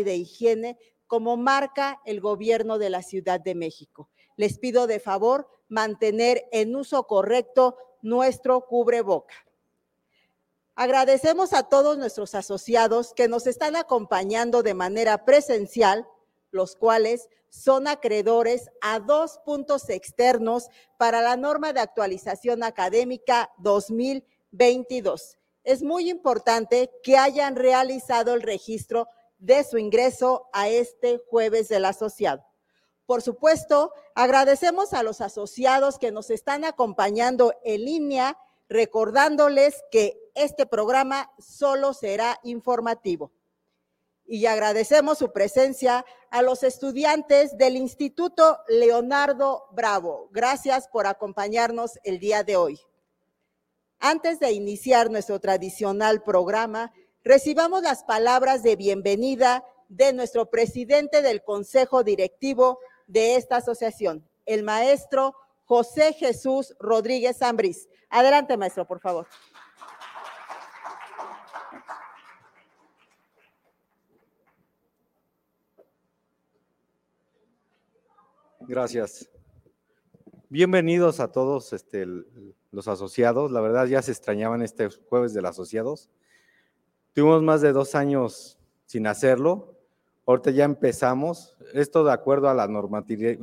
de higiene como marca el gobierno de la Ciudad de México. Les pido de favor mantener en uso correcto nuestro cubreboca. Agradecemos a todos nuestros asociados que nos están acompañando de manera presencial, los cuales son acreedores a 2 puntos externos para la norma de actualización académica 2022. Es muy importante que hayan realizado el registro de su ingreso a este jueves del asociado. Por supuesto, agradecemos a los asociados que nos están acompañando en línea, recordándoles que este programa solo será informativo. Y agradecemos su presencia a los estudiantes del Instituto Leonardo Bravo. Gracias por acompañarnos el día de hoy. Antes de iniciar nuestro tradicional programa, recibamos las palabras de bienvenida de nuestro presidente del Consejo Directivo de esta asociación, el maestro José Jesús Rodríguez Ambriz. Adelante, maestro, por favor. Gracias. Bienvenidos a todos los asociados. La verdad ya se extrañaban este jueves de los asociados. Tuvimos más de 2 años sin hacerlo. Ahorita ya empezamos. Esto de acuerdo a la normatividad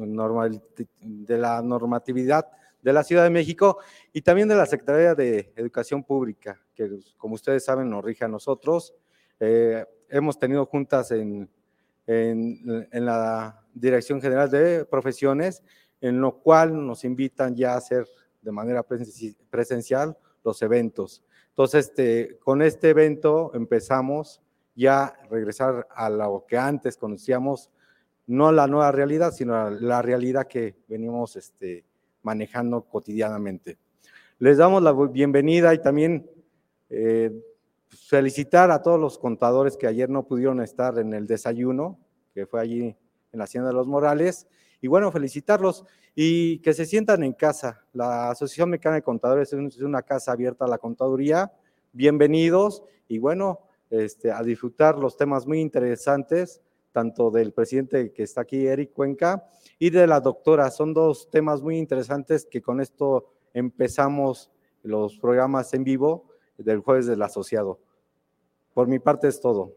de la Ciudad de México y también de la Secretaría de Educación Pública, que como ustedes saben nos rige a nosotros. Hemos tenido juntas en la Dirección General de Profesiones, en lo cual nos invitan ya a hacer de manera presencial los eventos. Entonces, con este evento empezamos ya a regresar a lo que antes conocíamos, no la nueva realidad, sino la realidad que venimos manejando cotidianamente. Les damos la bienvenida y también felicitar a todos los contadores que ayer no pudieron estar en el desayuno, que fue allí en la Hacienda de los Morales, y bueno, felicitarlos y que se sientan en casa. La Asociación Mexicana de Contadores es una casa abierta a la contaduría. Bienvenidos y bueno, a disfrutar los temas muy interesantes, tanto del presidente que está aquí, Eric Cuenca, y de la doctora. Son 2 temas muy interesantes que con esto empezamos los programas en vivo del jueves del asociado. Por mi parte es todo.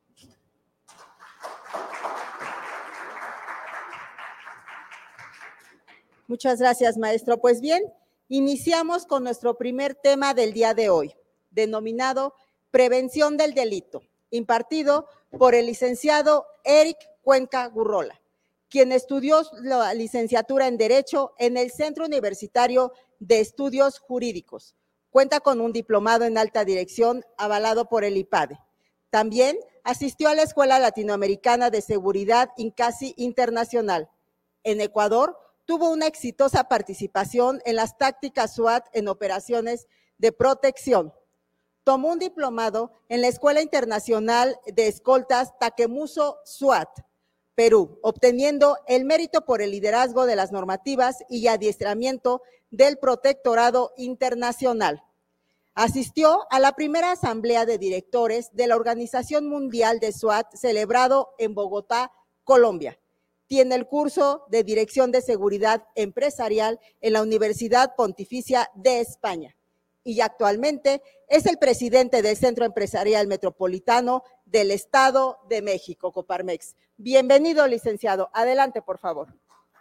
Muchas gracias, maestro. Pues bien, iniciamos con nuestro primer tema del día de hoy, denominado Prevención del Delito, impartido por el licenciado Eric Cuenca Gurrola, quien estudió la licenciatura en Derecho en el Centro Universitario de Estudios Jurídicos. Cuenta con un diplomado en alta dirección avalado por el IPADE. También asistió a la Escuela Latinoamericana de Seguridad INCASI Internacional. En Ecuador, tuvo una exitosa participación en las tácticas SWAT en operaciones de protección. Tomó un diplomado en la Escuela Internacional de Escoltas Takemuso SWAT, Perú, obteniendo el mérito por el liderazgo de las normativas y adiestramiento del Protectorado Internacional. Asistió a la primera asamblea de directores de la Organización Mundial de SWAT celebrado en Bogotá, Colombia. Tiene el curso de Dirección de Seguridad Empresarial en la Universidad Pontificia de España y actualmente es el presidente del Centro Empresarial Metropolitano del Estado de México, Coparmex. Bienvenido, licenciado. Adelante, por favor.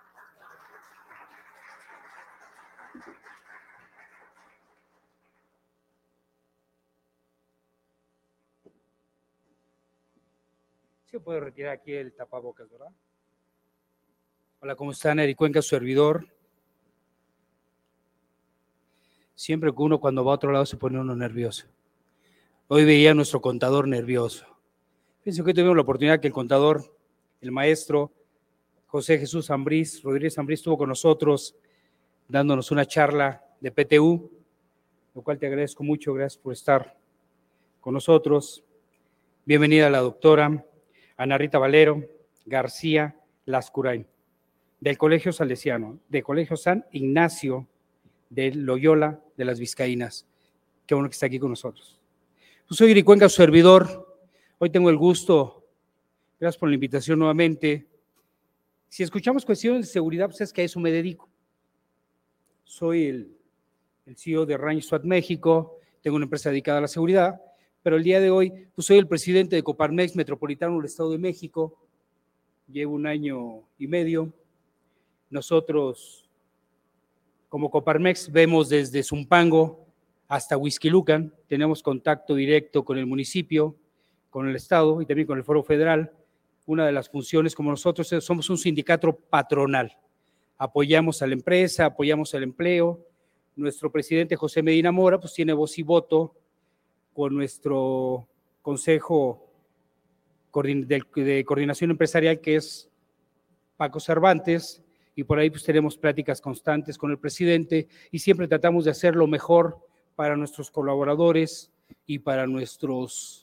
¿Sí puedo retirar aquí el tapabocas, verdad? Hola, ¿cómo están? Eric Cuenca, su servidor. Siempre que uno cuando va a otro lado se pone uno nervioso. Hoy veía a nuestro contador nervioso. Fíjense que hoy tuvimos la oportunidad que el contador, el maestro José Jesús Rodríguez Ambriz, estuvo con nosotros dándonos una charla de PTU, lo cual te agradezco mucho, gracias por estar con nosotros. Bienvenida a la doctora Ana Rita Valero García Lascurain, del Colegio Salesiano, del Colegio San Ignacio de Loyola de las Vizcaínas. Qué bueno que está aquí con nosotros. Yo soy Eric Cuenca, su servidor. Hoy tengo el gusto Gracias por la invitación nuevamente. Si escuchamos cuestiones de seguridad, pues es que a eso me dedico. Soy el CEO de Range SWAT México, tengo una empresa dedicada a la seguridad, pero el día de hoy pues soy el presidente de Coparmex Metropolitano del Estado de México, llevo 1 año y medio. Nosotros, como Coparmex, vemos desde Zumpango hasta Huixquilucan, tenemos contacto directo con el municipio, con el Estado y también con el Foro Federal. Una de las funciones, como nosotros somos un sindicato patronal, apoyamos a la empresa, apoyamos el empleo. Nuestro presidente José Medina Mora pues tiene voz y voto con nuestro Consejo de Coordinación Empresarial, que es Paco Cervantes, y por ahí pues tenemos pláticas constantes con el presidente y siempre tratamos de hacer lo mejor para nuestros colaboradores y para nuestros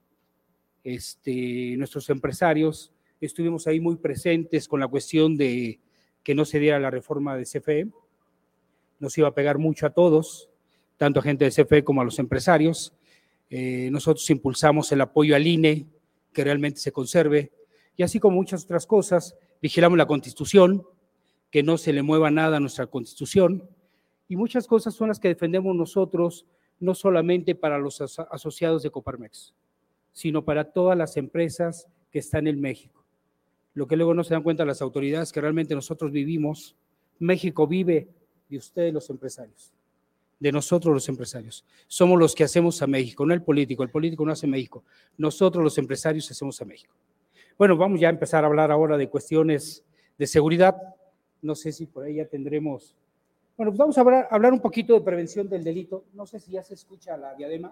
empresarios. Estuvimos ahí muy presentes con la cuestión de que no se diera la reforma de CFE. Nos iba a pegar mucho a todos, tanto a gente de CFE como a los empresarios. Nosotros impulsamos el apoyo al INE, que realmente se conserve, y así como muchas otras cosas, vigilamos la Constitución, que no se le mueva nada a nuestra Constitución, y muchas cosas son las que defendemos nosotros, no solamente para los asociados de Coparmex, sino para todas las empresas que están en México. Lo que luego no se dan cuenta las autoridades, que realmente nosotros vivimos, México vive de ustedes los empresarios, de nosotros los empresarios. Somos los que hacemos a México, no el político no hace México, nosotros los empresarios hacemos a México. Bueno, vamos ya a empezar a hablar ahora de cuestiones de seguridad. No sé si por ahí ya tendremos. Bueno, pues vamos a hablar un poquito de prevención del delito. No sé si ya se escucha la diadema.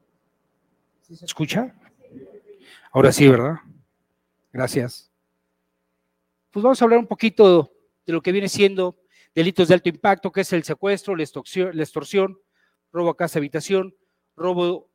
¿Sí se escucha? Ahora sí, ¿verdad? Gracias. Pues vamos a hablar un poquito de lo que viene siendo delitos de alto impacto, que es el secuestro, la extorsión, robo a casa habitación, robo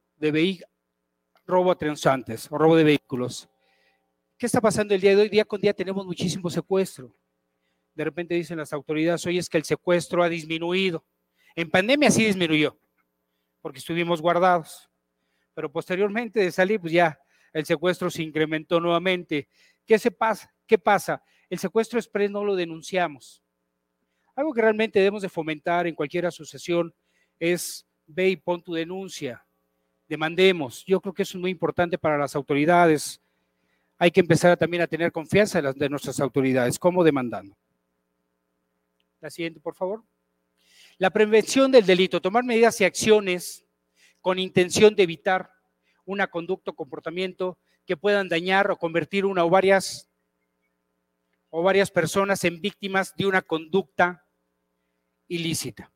a transeúntes o robo de vehículos. ¿Qué está pasando el día de hoy? Día con día tenemos muchísimo secuestro. De repente dicen las autoridades, oye, es que el secuestro ha disminuido. En pandemia sí disminuyó, porque estuvimos guardados. Pero posteriormente de salir, pues ya el secuestro se incrementó nuevamente. ¿Qué pasa? El secuestro express no lo denunciamos. Algo que realmente debemos de fomentar en cualquier asociación es ve y pon tu denuncia, demandemos. Yo creo que eso es muy importante para las autoridades. Hay que empezar también a tener confianza de nuestras autoridades. ¿Cómo? Demandando. La siguiente, por favor. La prevención del delito, tomar medidas y acciones con intención de evitar una conducta o comportamiento que puedan dañar o convertir una o varias personas en víctimas de una conducta ilícita.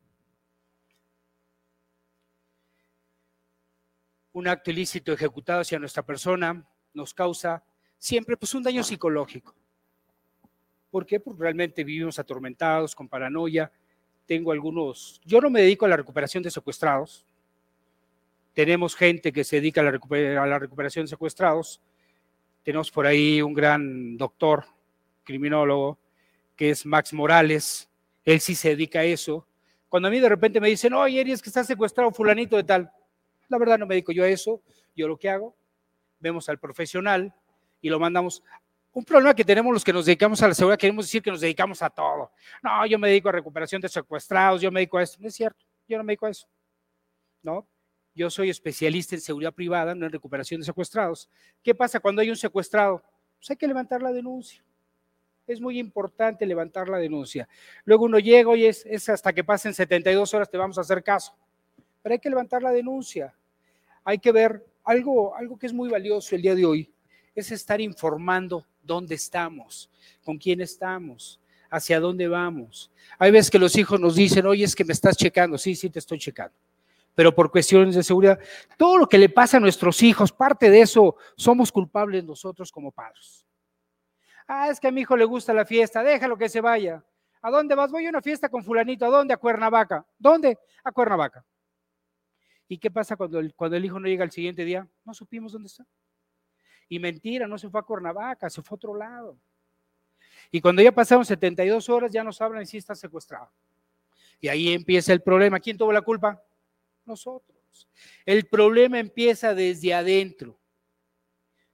Un acto ilícito ejecutado hacia nuestra persona nos causa siempre pues un daño psicológico. ¿Por qué? Porque realmente vivimos atormentados, con paranoia. Yo no me dedico a la recuperación de secuestrados. Tenemos gente que se dedica a la recuperación de secuestrados. Tenemos por ahí un gran doctor, criminólogo, que es Max Morales. Él sí se dedica a eso. Cuando a mí de repente me dicen, oye, Eri, es que está secuestrado fulanito de tal. La verdad no me dedico yo a eso. Yo lo que hago, vemos al profesional y lo mandamos. Un problema que tenemos los que nos dedicamos a la seguridad, queremos decir que nos dedicamos a todo. No, yo me dedico a recuperación de secuestrados, yo me dedico a eso. No es cierto, yo no me dedico a eso. No, yo soy especialista en seguridad privada, no en recuperación de secuestrados. ¿Qué pasa cuando hay un secuestrado? Pues hay que levantar la denuncia. Es muy importante levantar la denuncia. Luego uno llega y es hasta que pasen 72 horas te vamos a hacer caso. Pero hay que levantar la denuncia. Hay que ver algo que es muy valioso el día de hoy, es estar informando dónde estamos, con quién estamos, hacia dónde vamos. Hay veces que los hijos nos dicen, oye, es que me estás checando. Sí, te estoy checando. Pero por cuestiones de seguridad, todo lo que le pasa a nuestros hijos, parte de eso somos culpables nosotros como padres. Es que a mi hijo le gusta la fiesta, déjalo que se vaya. ¿A dónde vas? Voy a una fiesta con fulanito. ¿A dónde? A Cuernavaca. ¿Dónde? A Cuernavaca. ¿Y qué pasa cuando el hijo no llega al siguiente día? No supimos dónde está. Y mentira, no se fue a Cuernavaca, se fue a otro lado. Y cuando ya pasaron 72 horas, ya nos hablan y sí está secuestrado. Y ahí empieza el problema. ¿Quién tuvo la culpa? Nosotros. El problema empieza desde adentro.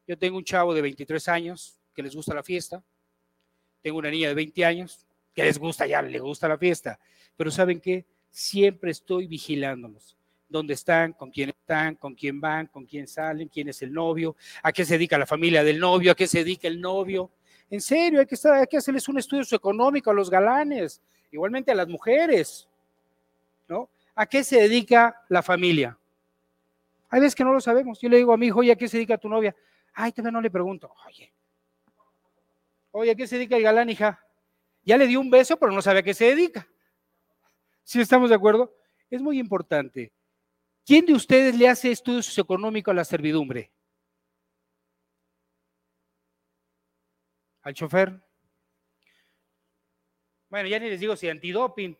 Yo tengo un chavo de 23 años que les gusta la fiesta. Tengo una niña de 20 años que les gusta la fiesta. Pero ¿saben qué? Siempre estoy vigilándolos. ¿Dónde están? ¿Con quién van? ¿Con quién salen? ¿Quién es el novio? ¿A qué se dedica la familia del novio? ¿A qué se dedica el novio? En serio, hay que hacerles un estudio socioeconómico a los galanes, igualmente a las mujeres, ¿no? ¿A qué se dedica la familia? Hay veces que no lo sabemos. Yo le digo a mi hijo, oye, ¿a qué se dedica tu novia? Ay, todavía no le pregunto. Oye, ¿a qué se dedica el galán, hija? Ya le dio un beso, pero no sabe a qué se dedica. ¿Sí estamos de acuerdo? Es muy importante. ¿Quién de ustedes le hace estudio socioeconómico a la servidumbre? ¿Al chofer? Bueno, ya ni les digo si antidoping.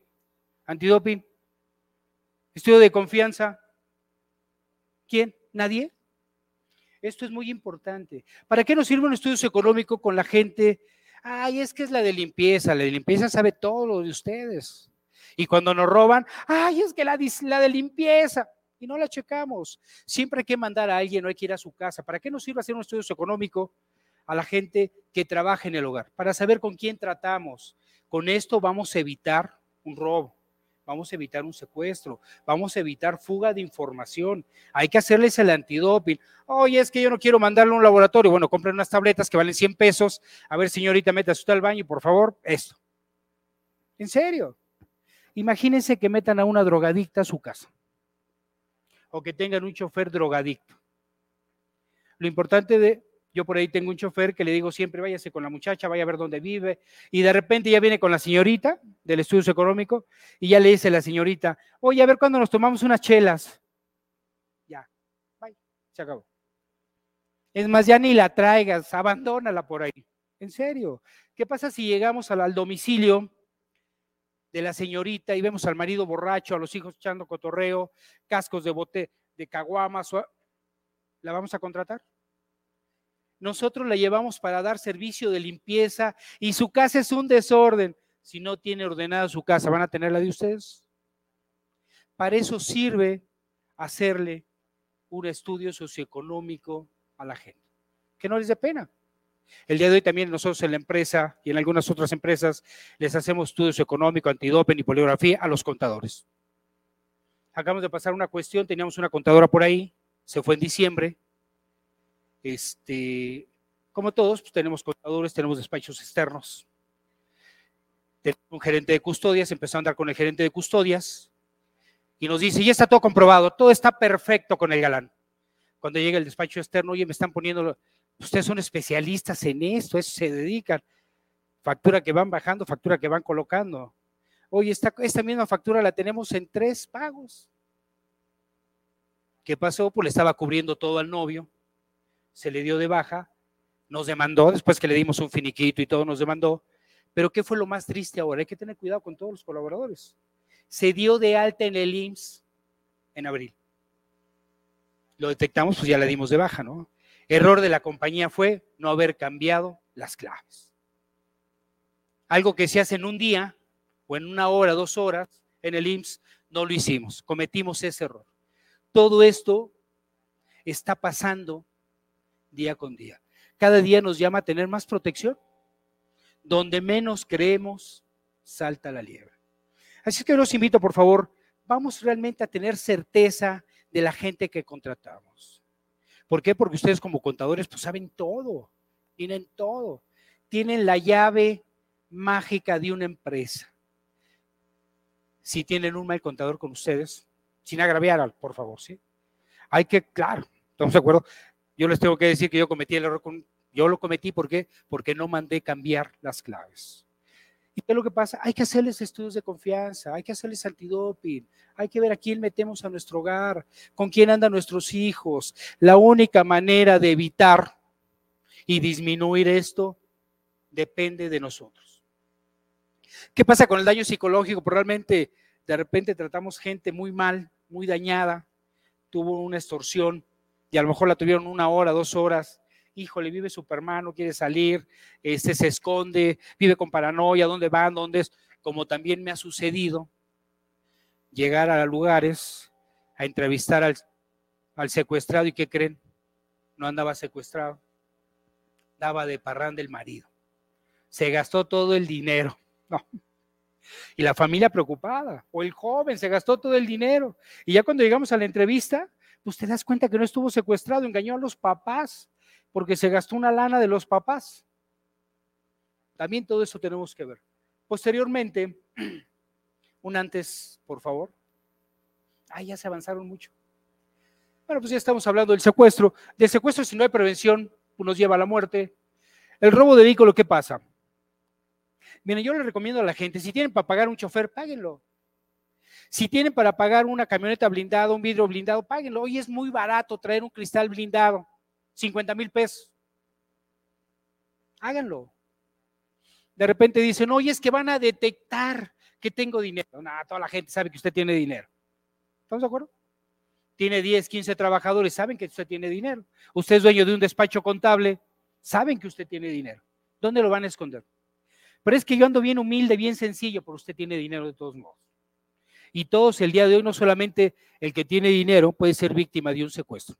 Estudio de confianza. ¿Quién? ¿Nadie? Esto es muy importante. ¿Para qué nos sirve un estudio socioeconómico con la gente? Ay, es que es la de limpieza sabe todo lo de ustedes. Y cuando nos roban, ay, es que la de limpieza, y no la checamos. Siempre hay que mandar a alguien, no hay que ir a su casa. ¿Para qué nos sirve hacer un estudio socioeconómico a la gente que trabaja en el hogar? Para saber con quién tratamos. Con esto vamos a evitar un robo, vamos a evitar un secuestro, vamos a evitar fuga de información. Hay que hacerles el antidoping. Oye, es que yo no quiero mandarlo a un laboratorio. Bueno, compren unas tabletas que valen 100 pesos. A ver, señorita, métase usted al baño, por favor, esto. ¿En serio? Imagínense que metan a una drogadicta a su casa o que tengan un chofer drogadicto. Lo importante yo por ahí tengo un chofer que le digo siempre, váyase con la muchacha, vaya a ver dónde vive, y de repente ya viene con la señorita del estudio económico y ya le dice la señorita, oye, a ver cuándo nos tomamos unas chelas. Ya, bye, se acabó. Es más, ya ni la traigas, abandónala por ahí. En serio, ¿qué pasa si llegamos al domicilio de la señorita y vemos al marido borracho, a los hijos echando cotorreo, cascos de bote de caguamas? ¿La vamos a contratar? Nosotros la llevamos para dar servicio de limpieza y su casa es un desorden. Si no tiene ordenada su casa, ¿van a tener la de ustedes? Para eso sirve hacerle un estudio socioeconómico a la gente, que no les dé pena. El día de hoy también nosotros en la empresa y en algunas otras empresas les hacemos estudio socioeconómico, antidoping y poligrafía a los contadores. Acabamos de pasar una cuestión, teníamos una contadora por ahí, se fue en diciembre. Como todos, pues tenemos contadores, tenemos despachos externos. Tenemos un gerente de custodias, empezó a andar con el gerente de custodias y nos dice, ya está todo comprobado, todo está perfecto con el galán. Cuando llega el despacho externo, oye, me están poniendo, ustedes son especialistas en esto, a eso se dedican. Factura que van bajando, factura que van colocando. Oye, esta misma factura la tenemos en 3 pagos. ¿Qué pasó? Pues le estaba cubriendo todo al novio, se le dio de baja, nos demandó, después que le dimos un finiquito y todo nos demandó, pero ¿qué fue lo más triste ahora? Hay que tener cuidado con todos los colaboradores. Se dio de alta en el IMSS en abril. Lo detectamos, pues ya le dimos de baja, ¿no? Error de la compañía fue no haber cambiado las claves. Algo que se hace en un día o en 1 hora, 2 horas en el IMSS, no lo hicimos, cometimos ese error. Todo esto está pasando día con día. Cada día nos llama a tener más protección. Donde menos creemos, salta la liebre. Así que los invito, por favor, vamos realmente a tener certeza de la gente que contratamos. ¿Por qué? Porque ustedes como contadores pues saben todo, tienen todo, tienen la llave mágica de una empresa. Si tienen un mal contador con ustedes, sin agraviar, por favor, ¿sí? Hay que, claro, ¿estamos de acuerdo? Yo les tengo que decir que yo cometí el error, yo lo cometí, ¿por qué? Porque no mandé cambiar las claves. ¿Y qué es lo que pasa? Hay que hacerles estudios de confianza, hay que hacerles antidoping, hay que ver a quién metemos a nuestro hogar, con quién andan nuestros hijos. La única manera de evitar y disminuir esto depende de nosotros. ¿Qué pasa con el daño psicológico? Pues realmente de repente tratamos gente muy mal, muy dañada, tuvo una extorsión y a lo mejor la tuvieron 1 hora, 2 horas. Híjole, vive Superman, no quiere salir, se esconde, vive con paranoia, ¿dónde van? ¿Dónde es? Como también me ha sucedido llegar a lugares a entrevistar al secuestrado y ¿qué creen? No andaba secuestrado, daba de parranda el marido. Se gastó todo el dinero. No. Y la familia preocupada, o el joven se gastó todo el dinero. Y ya cuando llegamos a la entrevista, pues te das cuenta que no estuvo secuestrado, engañó a los papás, porque se gastó una lana de los papás. También todo eso tenemos que ver. Posteriormente, un antes, por favor. Ya se avanzaron mucho. Bueno, pues ya estamos hablando del secuestro. Del secuestro, si no hay prevención, pues nos lleva a la muerte. El robo de vehículo, ¿qué pasa? Miren, yo les recomiendo a la gente, si tienen para pagar un chofer, páguenlo. Si tienen para pagar una camioneta blindada, un vidrio blindado, páguenlo. Hoy es muy barato traer un cristal blindado, 50,000 pesos. Háganlo. De repente dicen, oye, es que van a detectar que tengo dinero. No, toda la gente sabe que usted tiene dinero. ¿Estamos de acuerdo? Tiene 10, 15 trabajadores, saben que usted tiene dinero. Usted es dueño de un despacho contable, saben que usted tiene dinero. ¿Dónde lo van a esconder? Pero es que yo ando bien humilde, bien sencillo, pero usted tiene dinero de todos modos. Y todos el día de hoy, no solamente el que tiene dinero puede ser víctima de un secuestro.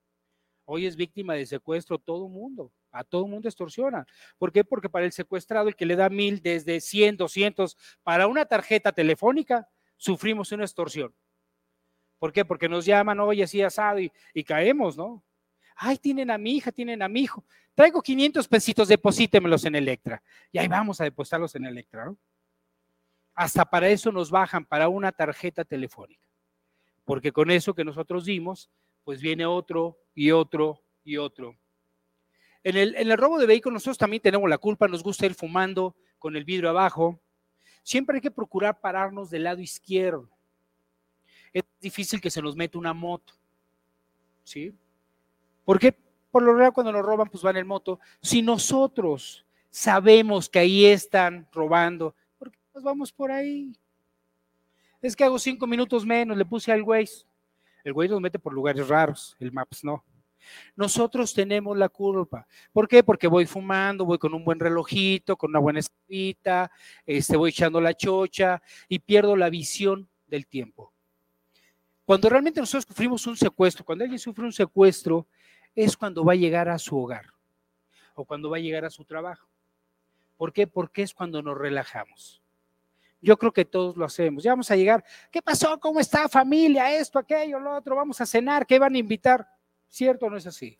Hoy es víctima de secuestro todo mundo, a todo mundo extorsiona. ¿Por qué? Porque para el secuestrado, el que le da 1,000, desde 100, 200, para una tarjeta telefónica, sufrimos una extorsión. ¿Por qué? Porque nos llaman, oye, así asado, y caemos, ¿no? Ay, tienen a mi hija, tienen a mi hijo. Traigo 500 pesitos, deposítemelos en Electra. Y ahí vamos a depositarlos en Electra, ¿no? Hasta para eso nos bajan, para una tarjeta telefónica. Porque con eso que nosotros dimos, pues viene otro y otro y otro. En el robo de vehículos nosotros también tenemos la culpa, nos gusta ir fumando con el vidrio abajo. Siempre hay que procurar pararnos del lado izquierdo. Es difícil que se nos meta una moto, ¿sí? ¿Por qué? Por lo general cuando nos roban, pues van en moto. Si nosotros sabemos que ahí están robando, ¿por qué nos vamos por ahí? Es que hago 5 minutos menos, le puse al Waze. El Waze nos mete por lugares raros, el Maps no. Nosotros tenemos la culpa. ¿Por qué? Porque voy fumando, voy con un buen relojito, con una buena escopita, voy echando la chocha y pierdo la visión del tiempo. Cuando realmente nosotros sufrimos un secuestro, cuando alguien sufre un secuestro, es cuando va a llegar a su hogar o cuando va a llegar a su trabajo. ¿Por qué? Porque es cuando nos relajamos. Yo creo que todos lo hacemos. Ya vamos a llegar. ¿Qué pasó? ¿Cómo está familia? Esto, aquello, lo otro. Vamos a cenar. ¿Qué van a invitar? ¿Cierto o no es así?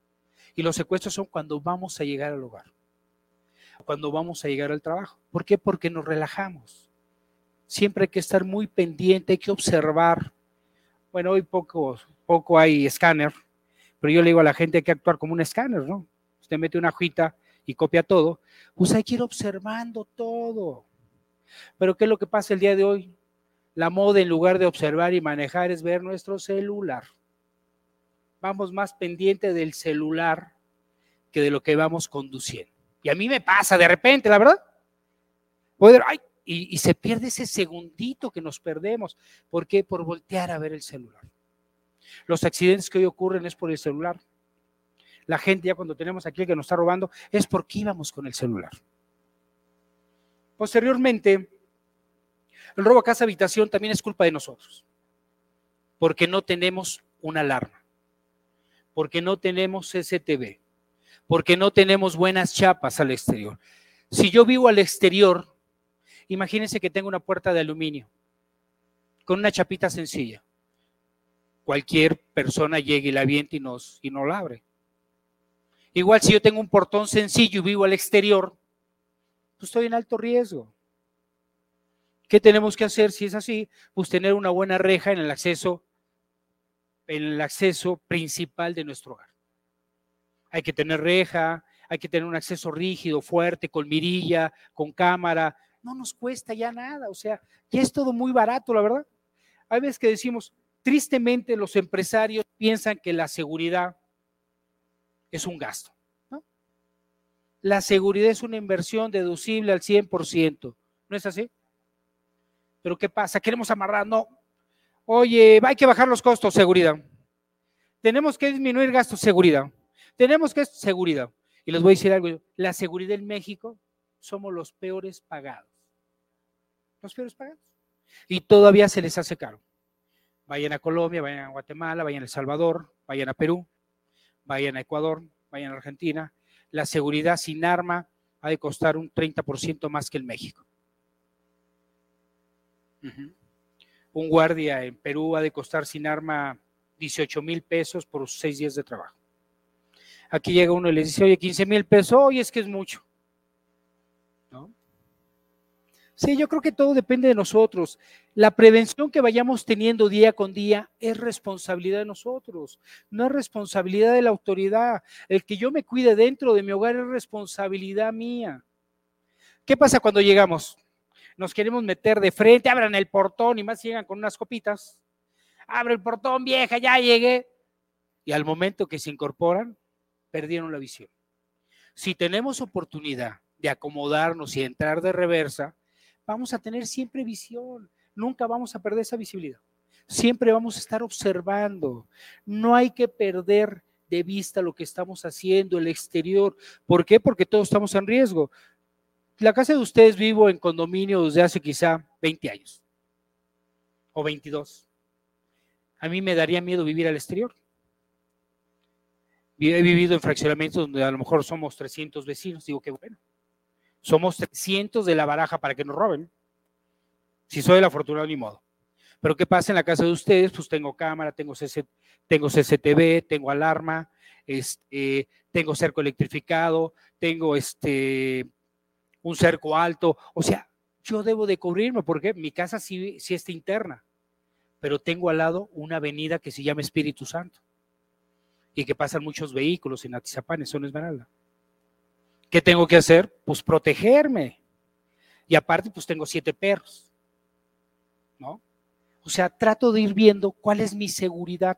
Y los secuestros son cuando vamos a llegar al hogar, cuando vamos a llegar al trabajo. ¿Por qué? Porque nos relajamos. Siempre hay que estar muy pendiente, hay que observar. Bueno, hoy poco hay escáner, pero yo le digo a la gente hay que actuar como un escáner, ¿no? Usted mete una hojita y copia todo, pues hay que ir observando todo. Pero ¿qué es lo que pasa el día de hoy? La moda en lugar de observar y manejar es ver nuestro celular. Vamos más pendiente del celular que de lo que vamos conduciendo. Y a mí me pasa de repente, la verdad. Y se pierde ese segundito que nos perdemos. ¿Por qué? Por voltear a ver el celular. Los accidentes que hoy ocurren es por el celular. La gente ya cuando tenemos aquí el que nos está robando es porque íbamos con el celular. Posteriormente, el robo a casa habitación también es culpa de nosotros. Porque no tenemos una alarma. Porque no tenemos CCTV. Porque no tenemos buenas chapas al exterior. Si yo vivo al exterior, imagínense que tengo una puerta de aluminio con una chapita sencilla. Cualquier persona llegue y la aviente y no la abre. Igual si yo tengo un portón sencillo y vivo al exterior, pues estoy en alto riesgo. ¿Qué tenemos que hacer si es así? Pues tener una buena reja en el acceso principal de nuestro hogar. Hay que tener reja, hay que tener un acceso rígido, fuerte, con mirilla, con cámara. No nos cuesta ya nada, o sea, ya es todo muy barato, la verdad. Hay veces que decimos, tristemente los empresarios piensan que la seguridad es un gasto, ¿no? La seguridad es una inversión deducible al 100%, ¿no es así? Pero ¿qué pasa? Queremos amarrar, no. Oye, hay que bajar los costos, seguridad. Tenemos que disminuir gastos, seguridad. Tenemos que seguridad. Y les voy a decir algo, la seguridad en México somos los peores pagados. Los peores pagados. Y todavía se les hace caro. Vayan a Colombia, vayan a Guatemala, vayan a El Salvador, vayan a Perú, vayan a Ecuador, vayan a Argentina. la seguridad sin arma ha de costar un 30% más que en México. Un guardia en Perú ha de costar sin arma 18,000 pesos por 6 días de trabajo. Aquí llega uno y le dice, oye, 15,000 pesos, oye, es que es mucho, ¿no? Sí, yo creo que todo depende de nosotros. La prevención que vayamos teniendo día con día es responsabilidad de nosotros, no es responsabilidad de la autoridad. El que yo me cuide dentro de mi hogar es responsabilidad mía. ¿Qué pasa cuando llegamos? Nos queremos meter de frente, abran el portón y más llegan con unas copitas. Abre el portón, vieja, ya llegué. Y al momento que se incorporan, perdieron la visión. Si tenemos oportunidad de acomodarnos y entrar de reversa, vamos a tener siempre visión, nunca vamos a perder esa visibilidad. Siempre vamos a estar observando. No hay que perder de vista lo que estamos haciendo, el exterior. ¿Por qué? Porque todos estamos en riesgo. La casa de ustedes vivo en condominio desde hace quizá 20 años o 22. A mí me daría miedo vivir al exterior. He vivido en fraccionamientos donde a lo mejor somos 300 vecinos. Digo, qué bueno. Somos 300 de la baraja para que nos roben. Si soy el afortunado, ni modo. Pero ¿qué pasa en la casa de ustedes? Pues tengo cámara, tengo CCTV, tengo alarma, tengo cerco electrificado, tengo un cerco alto. O sea, yo debo de cubrirme porque mi casa sí está interna, pero tengo al lado una avenida que se llama Espíritu Santo y que pasan muchos vehículos en Atizapán, en Zona Esmeralda. ¿Qué tengo que hacer? Pues protegerme. Y aparte, pues tengo 7 perros, ¿no? O sea, trato de ir viendo cuál es mi seguridad.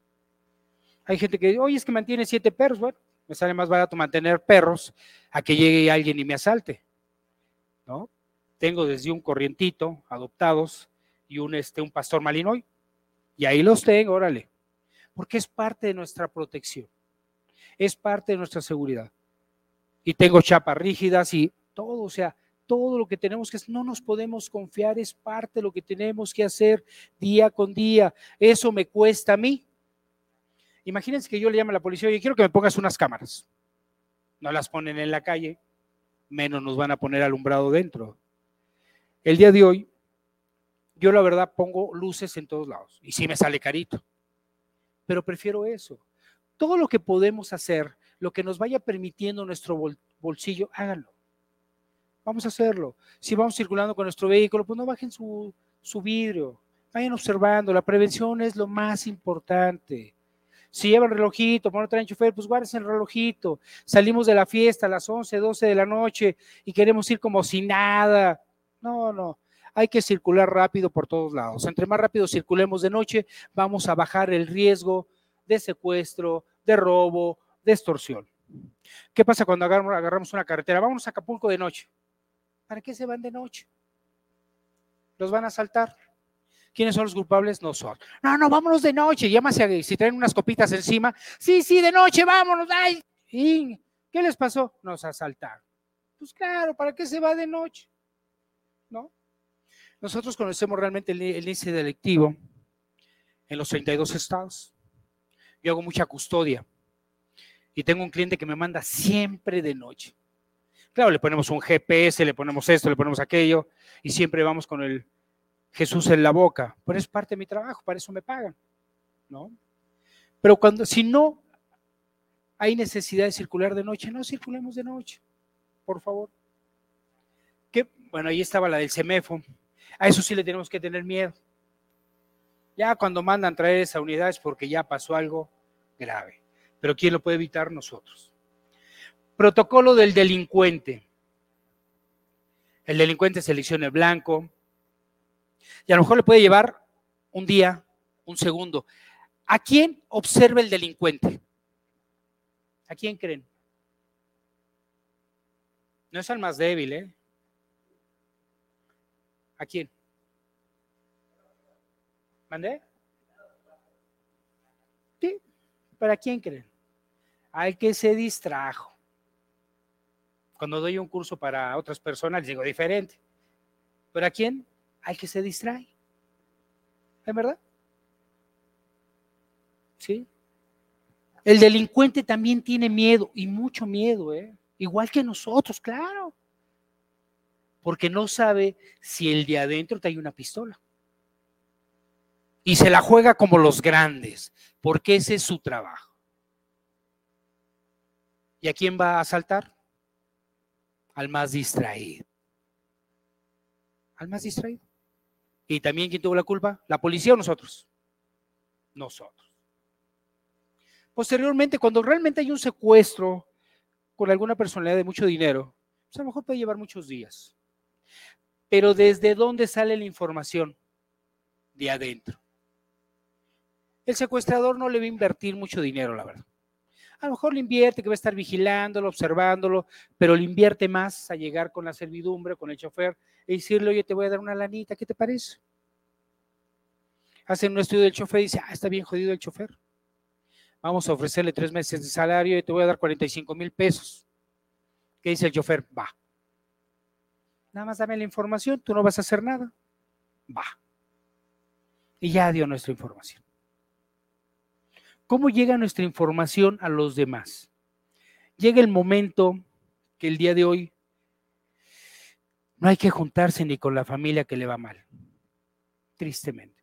Hay gente que dice, oye, es que mantiene 7 perros. Bueno, me sale más barato mantener perros a que llegue alguien y me asalte, ¿no? Tengo desde un corrientito adoptados y un pastor malinois. Y ahí los tengo, órale. Porque es parte de nuestra protección. Es parte de nuestra seguridad. Y tengo chapas rígidas y todo, o sea, todo lo que tenemos que hacer, no nos podemos confiar, es parte de lo que tenemos que hacer día con día. Eso me cuesta a mí. Imagínense que yo le llame a la policía, oye, quiero que me pongas unas cámaras. No las ponen en la calle, menos nos van a poner alumbrado dentro. El día de hoy, yo la verdad pongo luces en todos lados y sí me sale carito, pero prefiero eso. Todo lo que podemos hacer, lo que nos vaya permitiendo nuestro bolsillo, háganlo. Vamos a hacerlo. Si vamos circulando con nuestro vehículo, pues no bajen su vidrio. Vayan observando. La prevención es lo más importante. Si llevan relojito, no traen chofer, pues guárdense el relojito. Salimos de la fiesta a las 11, 12 de la noche y queremos ir como si nada. No. Hay que circular rápido por todos lados. Entre más rápido circulemos de noche, vamos a bajar el riesgo de secuestro, de robo, de extorsión. ¿Qué pasa cuando agarramos una carretera? Vámonos a Acapulco de noche. ¿Para qué se van de noche? ¿Los van a asaltar? ¿Quiénes son los culpables? No son. No, vámonos de noche. Llámase, si traen unas copitas encima. Sí, de noche, vámonos. Ay, ¿y qué les pasó? Nos asaltaron. Pues claro, ¿para qué se va de noche? ¿No? Nosotros conocemos realmente el índice delictivo en los 32 estados. Yo hago mucha custodia y tengo un cliente que me manda siempre de noche. Claro, le ponemos un GPS, le ponemos esto, le ponemos aquello y siempre vamos con el Jesús en la boca. Pero es parte de mi trabajo, para eso me pagan, ¿no? Pero si no hay necesidad de circular de noche, no circulemos de noche, por favor. Bueno, ahí estaba la del CEMEFO. A eso sí le tenemos que tener miedo. Ya cuando mandan traer esa unidad es porque ya pasó algo grave. Pero ¿quién lo puede evitar? Nosotros. Protocolo del delincuente. El delincuente selecciona el blanco y a lo mejor le puede llevar un día, un segundo. ¿A quién observa el delincuente? ¿A quién creen? No es al más débil, ¿eh? ¿A quién? ¿Mandé? Sí, ¿para quién creen? Al que se distrajo. Cuando doy un curso para otras personas, les digo diferente. ¿Pero a quién? Al que se distrae. ¿Es verdad? ¿Sí? El delincuente también tiene miedo, y mucho miedo, igual que nosotros, claro. Porque no sabe si el de adentro trae una pistola. Y se la juega como los grandes, porque ese es su trabajo. ¿Y a quién va a asaltar? Al más distraído. Al más distraído. ¿Y también quién tuvo la culpa? ¿La policía o nosotros? Nosotros. Posteriormente, cuando realmente hay un secuestro con alguna personalidad de mucho dinero, pues a lo mejor puede llevar muchos días. Pero ¿desde dónde sale la información? De adentro. El secuestrador no le va a invertir mucho dinero, la verdad. A lo mejor le invierte, que va a estar vigilándolo, observándolo, pero le invierte más a llegar con la servidumbre, con el chofer, y decirle, oye, te voy a dar una lanita, ¿qué te parece? Hacen un estudio del chofer y dice, está bien jodido el chofer. Vamos a ofrecerle 3 meses de salario y te voy a dar 45,000 pesos. ¿Qué dice el chofer? Va. Nada más dame la información, tú no vas a hacer nada. Va. Y ya dio nuestra información. ¿Cómo llega nuestra información a los demás? Llega el momento que el día de hoy no hay que juntarse ni con la familia que le va mal, tristemente.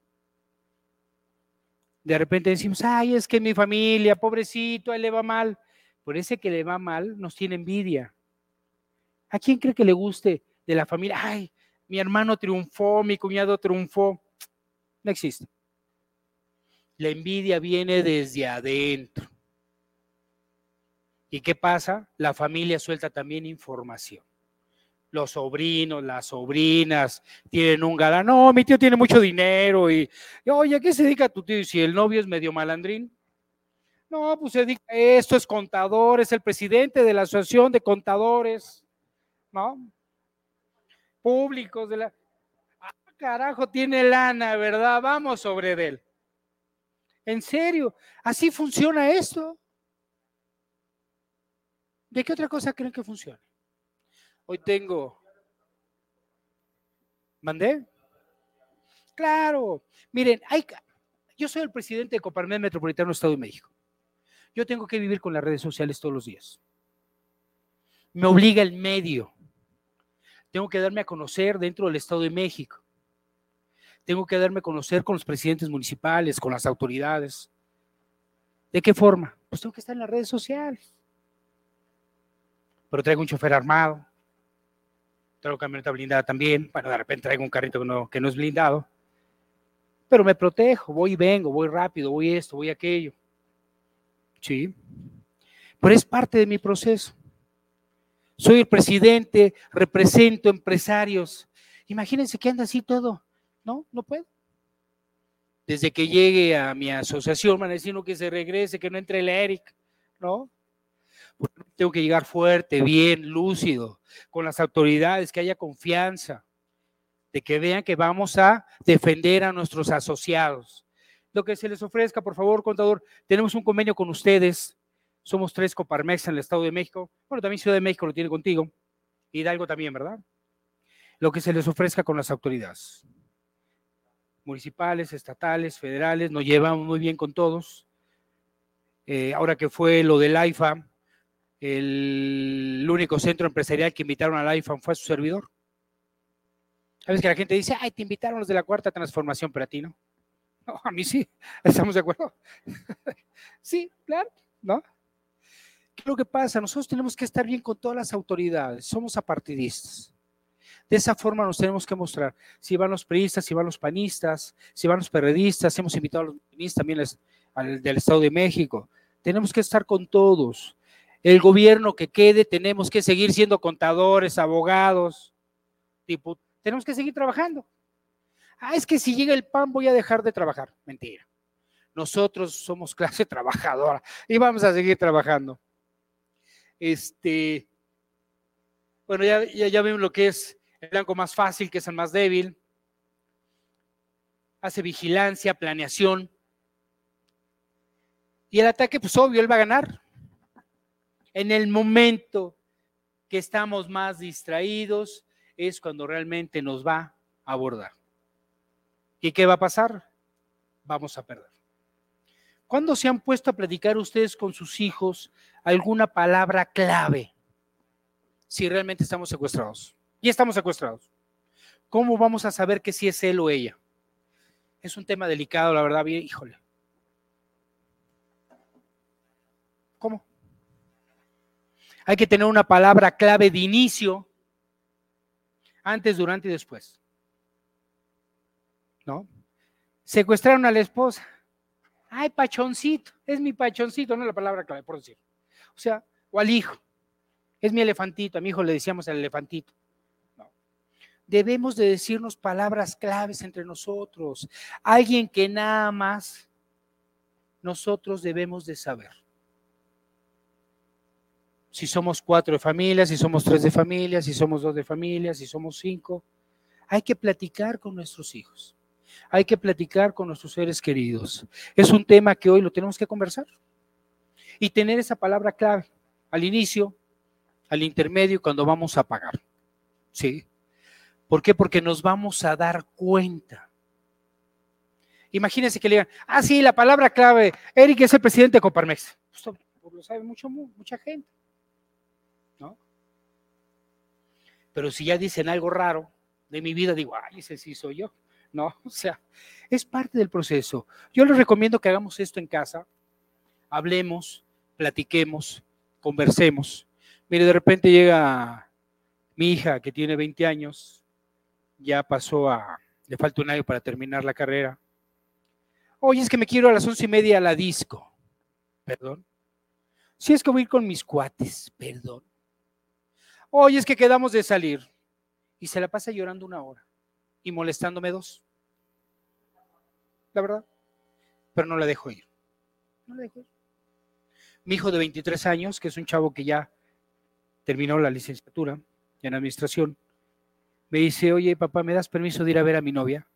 De repente decimos, ay, es que mi familia, pobrecito, a él le va mal. Por ese que le va mal nos tiene envidia. ¿A quién cree que le guste de la familia? Ay, mi hermano triunfó, mi cuñado triunfó. No existe. La envidia viene desde adentro. ¿Y qué pasa? La familia suelta también información. Los sobrinos, las sobrinas tienen un galán. No, mi tío tiene mucho dinero y oye, ¿a qué se dedica tu tío? Y si el novio es medio malandrín. No, pues se dedica a esto, es contador, es el presidente de la asociación de contadores, ¿no? Públicos de la... Ah, carajo, tiene lana, ¿verdad? Vamos sobre él. En serio, así funciona esto. ¿De qué otra cosa creen que funciona? Hoy tengo... ¿Mandé? Claro. Miren, yo soy el presidente de Coparmex Metropolitano Estado de México. Yo tengo que vivir con las redes sociales todos los días. Me obliga el medio. Tengo que darme a conocer dentro del Estado de México. Tengo que darme a conocer con los presidentes municipales, con las autoridades. ¿De qué forma? Pues tengo que estar en las redes sociales. Pero traigo un chofer armado. Traigo camioneta blindada también. Bueno, de repente traigo un carrito que no es blindado. Pero me protejo, voy y vengo, voy rápido, voy esto, voy aquello. Sí. Pero es parte de mi proceso. Soy el presidente, represento empresarios. Imagínense que anda así todo. No, no puedo. Desde que llegue a mi asociación, van a decir que se regrese, que no entre el Eric, ¿no? Porque tengo que llegar fuerte, bien, lúcido, con las autoridades, que haya confianza, de que vean que vamos a defender a nuestros asociados. Lo que se les ofrezca, por favor, contador, tenemos un convenio con ustedes. Somos 3 Coparmex en el Estado de México. Bueno, también Ciudad de México lo tiene contigo. Hidalgo también, ¿verdad? Lo que se les ofrezca con las autoridades. Municipales, estatales, federales, nos llevamos muy bien con todos. Ahora que fue lo del AIFA, el único centro empresarial que invitaron al AIFA fue a su servidor. Sabes que la gente dice, ay, te invitaron los de la Cuarta Transformación, pero a ti no. No, a mí sí, ¿estamos de acuerdo? Sí, claro, ¿no? ¿Qué es lo que pasa? Nosotros tenemos que estar bien con todas las autoridades, somos apartidistas. De esa forma nos tenemos que mostrar. Si van los priistas, si van los panistas, si van los perredistas, hemos invitado a los ministros también del Estado de México. Tenemos que estar con todos. El gobierno que quede, tenemos que seguir siendo contadores, abogados, diputados. Tenemos que seguir trabajando. Es que si llega el PAN voy a dejar de trabajar. Mentira. Nosotros somos clase trabajadora y vamos a seguir trabajando. Bueno, ya vemos lo que es el blanco más fácil, que es el más débil. Hace vigilancia, planeación. Y el ataque, pues obvio, él va a ganar. En el momento que estamos más distraídos es cuando realmente nos va a abordar. ¿Y qué va a pasar? Vamos a perder. ¿Cuándo se han puesto a platicar ustedes con sus hijos alguna palabra clave? Si realmente estamos secuestrados. Y estamos secuestrados. ¿Cómo vamos a saber que si es él o ella? Es un tema delicado, la verdad, bien, híjole. ¿Cómo? Hay que tener una palabra clave de inicio, antes, durante y después. ¿No? Secuestraron a la esposa. Ay, pachoncito, es mi pachoncito, no es la palabra clave, por decir. O sea, o al hijo, es mi elefantito, a mi hijo le decíamos el elefantito. No. Debemos de decirnos palabras claves entre nosotros, alguien que nada más nosotros debemos de saber. Si somos 4 de familia, si somos 3 de familia, si somos 2 de familia, si somos 5, hay que platicar con nuestros hijos. Hay que platicar con nuestros seres queridos. Es un tema que hoy lo tenemos que conversar y tener esa palabra clave al inicio, al intermedio, cuando vamos a pagar. ¿Sí? ¿Por qué? Porque nos vamos a dar cuenta. Imagínense que le digan, sí, la palabra clave, Eric es el presidente de Coparmex. Pues lo sabe mucha gente, ¿no? Pero si ya dicen algo raro de mi vida, digo, ese sí soy yo. No, o sea, es parte del proceso. Yo les recomiendo que hagamos esto en casa, hablemos, platiquemos, conversemos. Mire, de repente llega mi hija que tiene 20 años, ya le falta un año para terminar la carrera. Oye, es que me quiero a las 11:30 a la disco. Perdón. Si es que voy a ir con mis cuates, perdón. Oye, es que quedamos de salir. Y se la pasa llorando 1 hora y molestándome 2. La verdad. Pero no la dejo ir. No la dejo ir. Mi hijo de 23 años, que es un chavo que ya terminó la licenciatura en administración, me dice, oye, papá, ¿me das permiso de ir a ver a mi novia?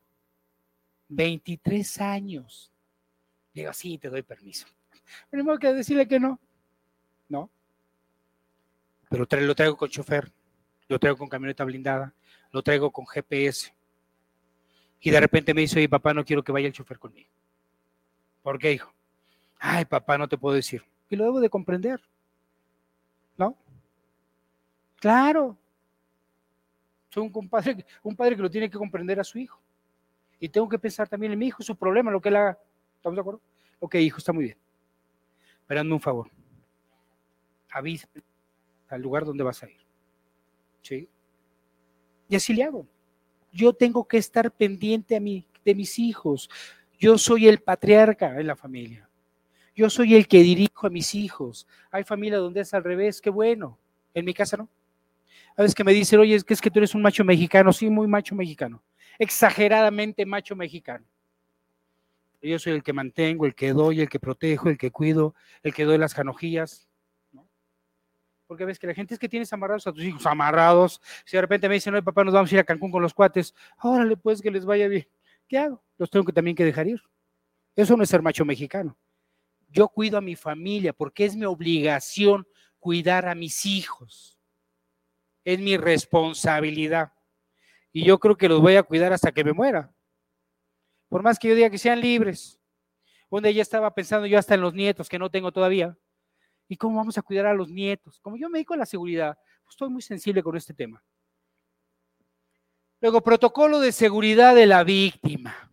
23 años. Digo, sí, te doy permiso. Pero no hay que decirle que no. No. Pero lo traigo con chofer, lo traigo con camioneta blindada, lo traigo con GPS. Y de repente me dice, oye, papá, no quiero que vaya el chofer conmigo. ¿Por qué, hijo? Ay, papá, no te puedo decir. Y lo debo de comprender. ¿No? Claro. Soy un padre que lo tiene que comprender a su hijo. Y tengo que pensar también en mi hijo, su problema, lo que él haga. ¿Estamos de acuerdo? Ok, hijo, está muy bien. Pero hazme un favor. Avísame al lugar donde vas a ir. ¿Sí? Y así le hago. Yo tengo que estar pendiente de mis hijos. Yo soy el patriarca en la familia. Yo soy el que dirijo a mis hijos. Hay familia donde es al revés, qué bueno. En mi casa no. A veces que me dicen, oye, es que tú eres un macho mexicano. Sí, muy macho mexicano. Exageradamente macho mexicano. Yo soy el que mantengo, el que doy, el que protejo, el que cuido, el que doy las canojillas. ¿No? Porque ves que la gente es que tienes amarrados a tus hijos, amarrados. Si de repente me dicen, oye, papá, nos vamos a ir a Cancún con los cuates. Órale, pues, que les vaya bien. ¿Qué hago? Los tengo que también que dejar ir. Eso no es ser macho mexicano. Yo cuido a mi familia porque es mi obligación cuidar a mis hijos. Es mi responsabilidad. Y yo creo que los voy a cuidar hasta que me muera. Por más que yo diga que sean libres. Donde ya estaba pensando yo hasta en los nietos que no tengo todavía. ¿Y cómo vamos a cuidar a los nietos? Como yo me dedico a la seguridad, pues estoy muy sensible con este tema. Luego, protocolo de seguridad de la víctima.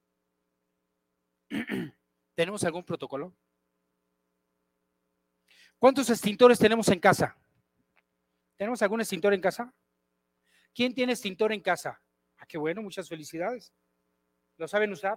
¿Tenemos algún protocolo? ¿Cuántos extintores tenemos en casa? ¿Tenemos algún extintor en casa? ¿Quién tiene extintor en casa? Qué bueno, muchas felicidades. ¿Lo saben usar?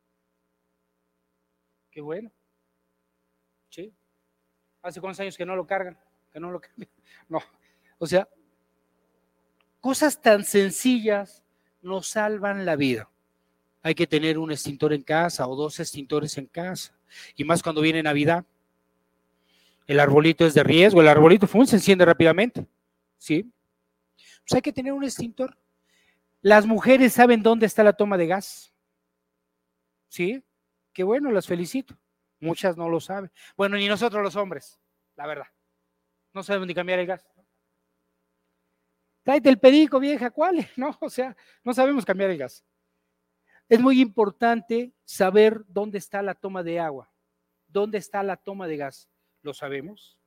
Qué bueno. ¿Sí? ¿Hace cuántos años que no lo cargan? Que no lo cambian. No. O sea, cosas tan sencillas nos salvan la vida. Hay que tener un extintor en casa o 2 extintores en casa. Y más cuando viene Navidad. El arbolito es de riesgo, el arbolito se enciende rápidamente. ¿Sí? Pues hay que tener un extintor. Las mujeres saben dónde está la toma de gas. ¿Sí? Qué bueno, las felicito. Muchas no lo saben. Bueno, ni nosotros los hombres, la verdad. No sabemos ni cambiar el gas. Tráete el perico, vieja, ¿cuál? No, o sea, no sabemos cambiar el gas. Es muy importante saber dónde está la toma de agua. ¿Dónde está la toma de gas? ¿Lo sabemos?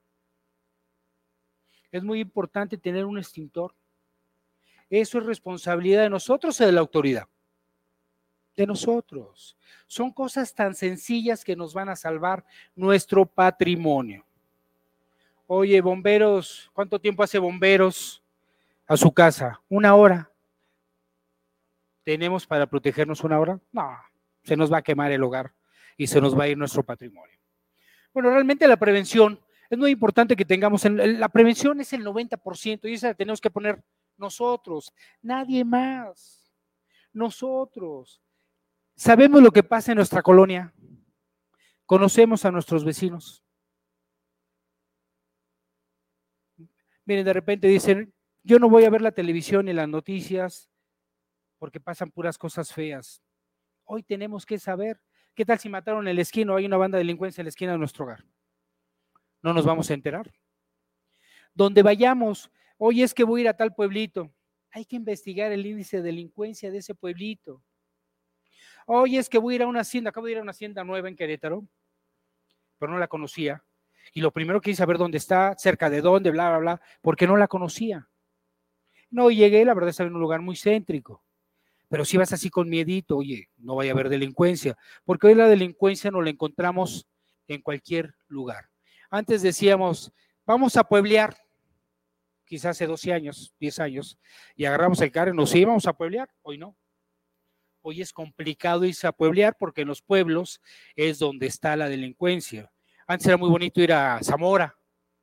Es muy importante tener un extintor. Eso es responsabilidad de nosotros o de la autoridad. De nosotros. Son cosas tan sencillas que nos van a salvar nuestro patrimonio. Oye, bomberos, ¿cuánto tiempo hace bomberos a su casa? 1 hora. ¿Tenemos para protegernos 1 hora? No, se nos va a quemar el hogar y se nos va a ir nuestro patrimonio. Bueno, realmente la prevención es muy importante que tengamos, la prevención es el 90% y esa la tenemos que poner nosotros, nadie más, nosotros. Sabemos lo que pasa en nuestra colonia, conocemos a nuestros vecinos. Miren, de repente dicen, yo no voy a ver la televisión y las noticias porque pasan puras cosas feas. Hoy tenemos que saber, ¿qué tal si mataron en la esquina o hay una banda de delincuencia en la esquina de nuestro hogar? No nos vamos a enterar. Donde vayamos, oye, es que voy a ir a tal pueblito, hay que investigar el índice de delincuencia de ese pueblito. Oye, es que voy a ir a una hacienda, acabo de ir a una hacienda nueva en Querétaro, pero no la conocía. Y lo primero que hice saber dónde está, cerca de dónde, bla, bla, bla, porque no la conocía. No, llegué, la verdad, estaba en un lugar muy céntrico. Pero si vas así con miedito, oye, no vaya a haber delincuencia, porque hoy la delincuencia nos la encontramos en cualquier lugar. Antes decíamos, vamos a pueblear, quizás hace 12 años, 10 años, y agarramos el carro y nos íbamos a pueblear, hoy no. Hoy es complicado irse a pueblear porque en los pueblos es donde está la delincuencia. Antes era muy bonito ir a Zamora,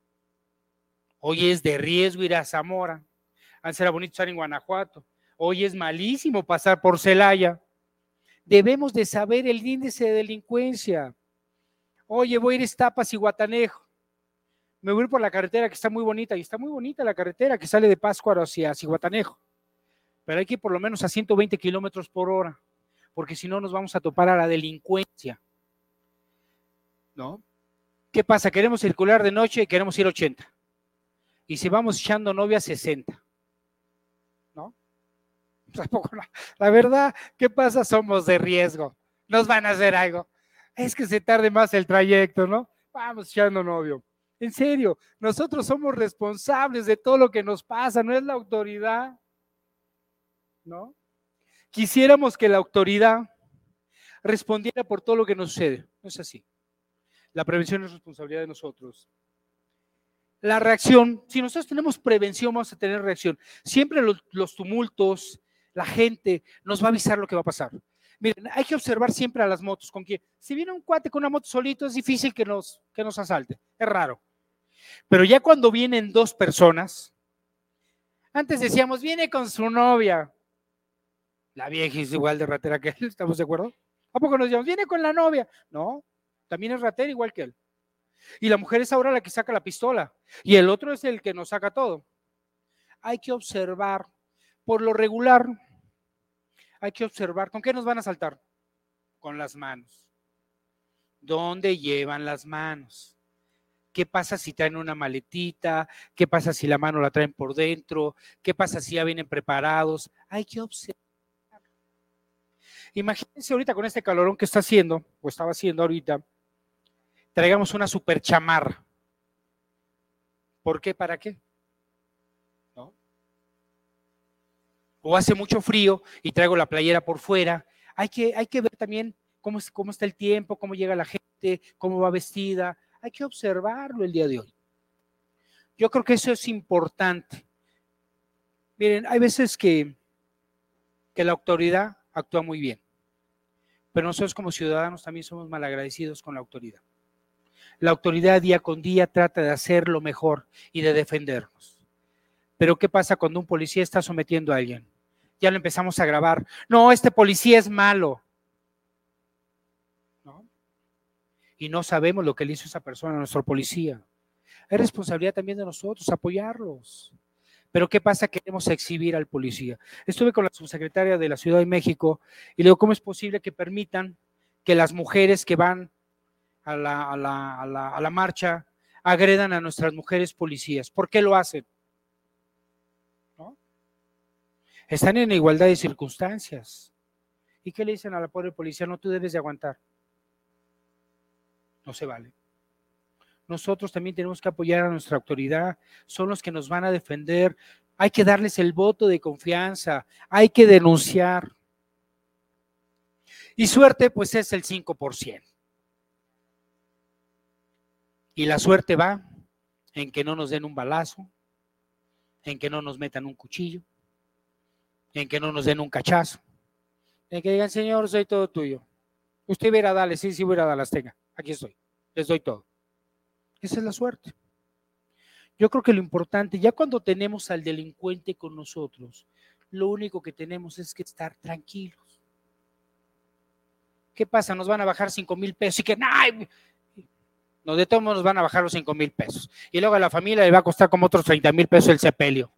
hoy es de riesgo ir a Zamora. Antes era bonito estar en Guanajuato, hoy es malísimo pasar por Celaya. Debemos de saber el índice de delincuencia. Oye, voy a ir a Iztapas y Guatanejo. Me voy a ir por la carretera que está muy bonita, y está muy bonita la carretera que sale de Pátzcuaro hacia Zihuatanejo. Pero hay que ir por lo menos a 120 kilómetros por hora, porque si no nos vamos a topar a la delincuencia. ¿No? ¿Qué pasa? Queremos circular de noche y queremos ir a 80. Y si vamos echando novia, 60. ¿No? Tampoco, la verdad, ¿qué pasa? Somos de riesgo. Nos van a hacer algo. Es que se tarde más el trayecto, ¿no? Vamos echando novio. En serio, nosotros somos responsables de todo lo que nos pasa, no es la autoridad, ¿no? Quisiéramos que la autoridad respondiera por todo lo que nos sucede. No es así. La prevención es responsabilidad de nosotros. La reacción, si nosotros tenemos prevención, vamos a tener reacción. Siempre los tumultos, la gente nos va a avisar lo que va a pasar. Miren, hay que observar siempre a las motos, con que si viene un cuate con una moto solito, es difícil que nos asalte, es raro. Pero ya cuando vienen 2 personas, antes decíamos, viene con su novia. La vieja es igual de ratera que él, ¿estamos de acuerdo? ¿A poco nos decíamos, viene con la novia? No, también es ratera igual que él. Y la mujer es ahora la que saca la pistola y el otro es el que nos saca todo. Hay que observar, por lo regular, hay que observar, ¿con qué nos van a asaltar? Con las manos. ¿Dónde llevan las manos? ¿Qué pasa si traen una maletita? ¿Qué pasa si la mano la traen por dentro? ¿Qué pasa si ya vienen preparados? Hay que observar. Imagínense ahorita con este calorón que está haciendo, o estaba haciendo ahorita, traigamos una super chamarra. ¿Por qué? ¿Para qué? ¿No? O hace mucho frío y traigo la playera por fuera. Hay que ver también cómo está el tiempo, cómo llega la gente, cómo va vestida. Hay que observarlo el día de hoy. Yo creo que eso es importante. Miren, hay veces que la autoridad actúa muy bien, pero nosotros como ciudadanos también somos malagradecidos con la autoridad. La autoridad día con día trata de hacer lo mejor y de defendernos. Pero ¿qué pasa cuando un policía está sometiendo a alguien? Ya lo empezamos a grabar. No, este policía es malo. ¿No? Y no sabemos lo que le hizo esa persona a nuestro policía. Es responsabilidad también de nosotros apoyarlos. Pero ¿qué pasa? Queremos exhibir al policía. Estuve con la subsecretaria de la Ciudad de México y le digo, ¿cómo es posible que permitan que las mujeres que van a la marcha agredan a nuestras mujeres policías? ¿Por qué lo hacen? ¿No? Están en igualdad de circunstancias. ¿Y qué le dicen a la pobre policía? No, tú debes de aguantar. No se vale. Nosotros también tenemos que apoyar a nuestra autoridad, son los que nos van a defender. Hay que darles el voto de confianza, hay que denunciar. Y suerte, pues es el 5%. Y la suerte va en que no nos den un balazo, en que no nos metan un cuchillo, en que no nos den un cachazo, en que digan, señor, soy todo tuyo. Usted va a ir a darle, sí, voy a ir a darlas, tenga, aquí estoy, les doy todo. Esa es la suerte. Yo creo que lo importante, ya cuando tenemos al delincuente con nosotros, lo único que tenemos es que estar tranquilos. ¿Qué pasa? Nos van a bajar 5,000 pesos y que, ¡ay! No, de todos modos nos van a bajar los 5,000 pesos. Y luego a la familia le va a costar como otros 30,000 pesos el sepelio.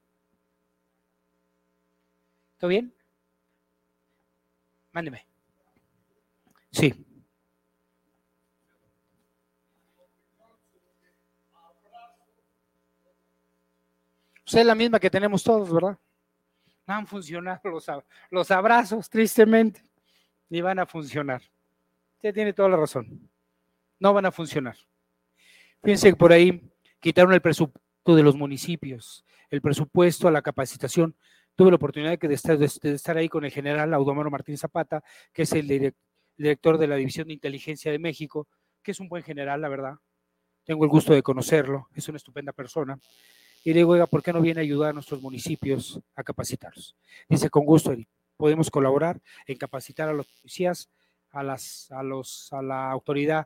¿Todo bien? Mándeme. Sí. Pues es la misma que tenemos todos, ¿verdad? No han funcionado los abrazos, tristemente, ni van a funcionar. Usted tiene toda la razón. No van a funcionar. Fíjense que por ahí quitaron el presupuesto de los municipios, el presupuesto a la capacitación. Tuve la oportunidad de estar ahí con el general Audomero Martín Zapata, que es el director de la División de Inteligencia de México, que es un buen general, la verdad. Tengo el gusto de conocerlo, es una estupenda persona. Y le digo, oiga, ¿por qué no viene a ayudar a nuestros municipios a capacitarlos? Dice, con gusto, podemos colaborar en capacitar a los policías, a la autoridad,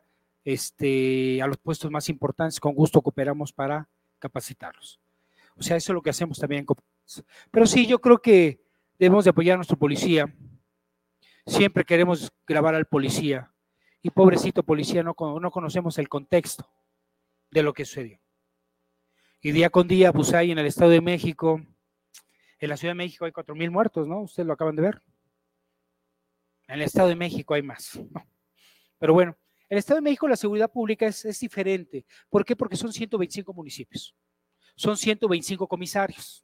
a los puestos más importantes, con gusto cooperamos para capacitarlos. O sea, eso es lo que hacemos también. Pero sí, yo creo que debemos de apoyar a nuestra policía. Siempre queremos grabar al policía. Y pobrecito policía, no conocemos el contexto de lo que sucedió. Y día con día, pues hay en el Estado de México, en la Ciudad de México hay 4,000 muertos, ¿no? Ustedes lo acaban de ver. En el Estado de México hay más, ¿no? Pero bueno, en el Estado de México la seguridad pública es diferente. ¿Por qué? Porque son 125 municipios. Son 125 comisarios.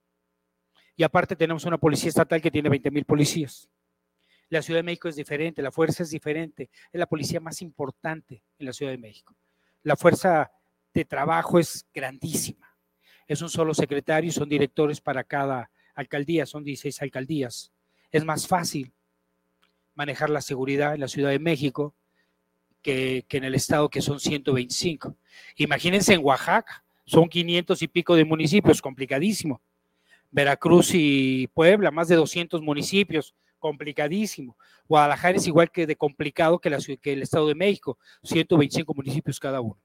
Y aparte tenemos una policía estatal que tiene 20,000 policías. La Ciudad de México es diferente, la fuerza es diferente. Es la policía más importante en la Ciudad de México. La fuerza de trabajo es grandísima. Es un solo secretario y son directores para cada alcaldía, son 16 alcaldías. Es más fácil manejar la seguridad en la Ciudad de México que en el estado, que son 125. Imagínense en Oaxaca, son 500 y pico de municipios, complicadísimo. Veracruz y Puebla, más de 200 municipios, complicadísimo. Guadalajara es igual que de complicado que el Estado de México, 125 municipios cada uno.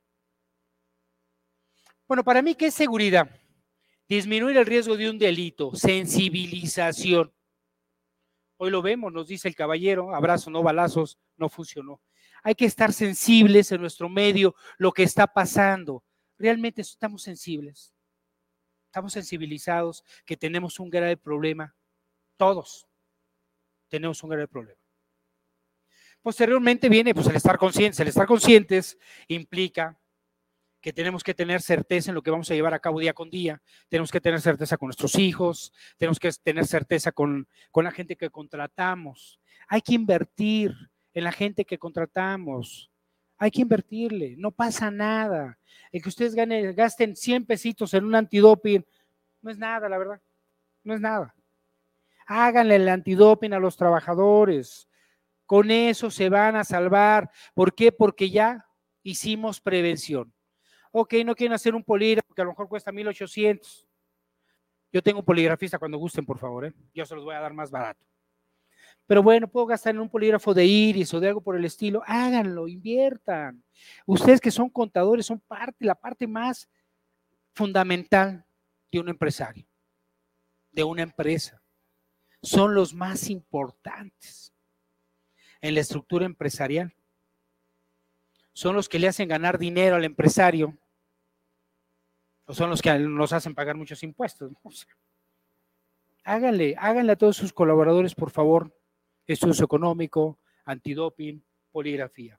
Bueno, para mí, ¿qué es seguridad? Disminuir el riesgo de un delito, sensibilización. Hoy lo vemos, nos dice el caballero, abrazos, no balazos, no funcionó. Hay que estar sensibles en nuestro medio, lo que está pasando. Realmente estamos sensibles, estamos sensibilizados, que tenemos un grave problema. Todos tenemos un grave problema. Posteriormente viene pues el estar conscientes. El estar conscientes implica que tenemos que tener certeza en lo que vamos a llevar a cabo día con día, tenemos que tener certeza con nuestros hijos, tenemos que tener certeza con la gente que contratamos. Hay que invertir en la gente que contratamos, hay que invertirle, no pasa nada. El que ustedes gasten 100 pesitos en un antidoping, no es nada, la verdad, no es nada. Háganle el antidoping a los trabajadores, con eso se van a salvar. ¿Por qué? Porque ya hicimos prevención. Ok, no quieren hacer un polígrafo que a lo mejor cuesta 1,800. Yo tengo un poligrafista, cuando gusten, por favor, yo se los voy a dar más barato. Pero bueno, puedo gastar en un polígrafo de iris o de algo por el estilo. Háganlo, inviertan. Ustedes que son contadores son la parte más fundamental de un empresario, de una empresa. Son los más importantes en la estructura empresarial. Son los que le hacen ganar dinero al empresario. O son los que nos hacen pagar muchos impuestos. O sea, háganle a todos sus colaboradores, por favor, estudio económico, antidoping, poligrafía.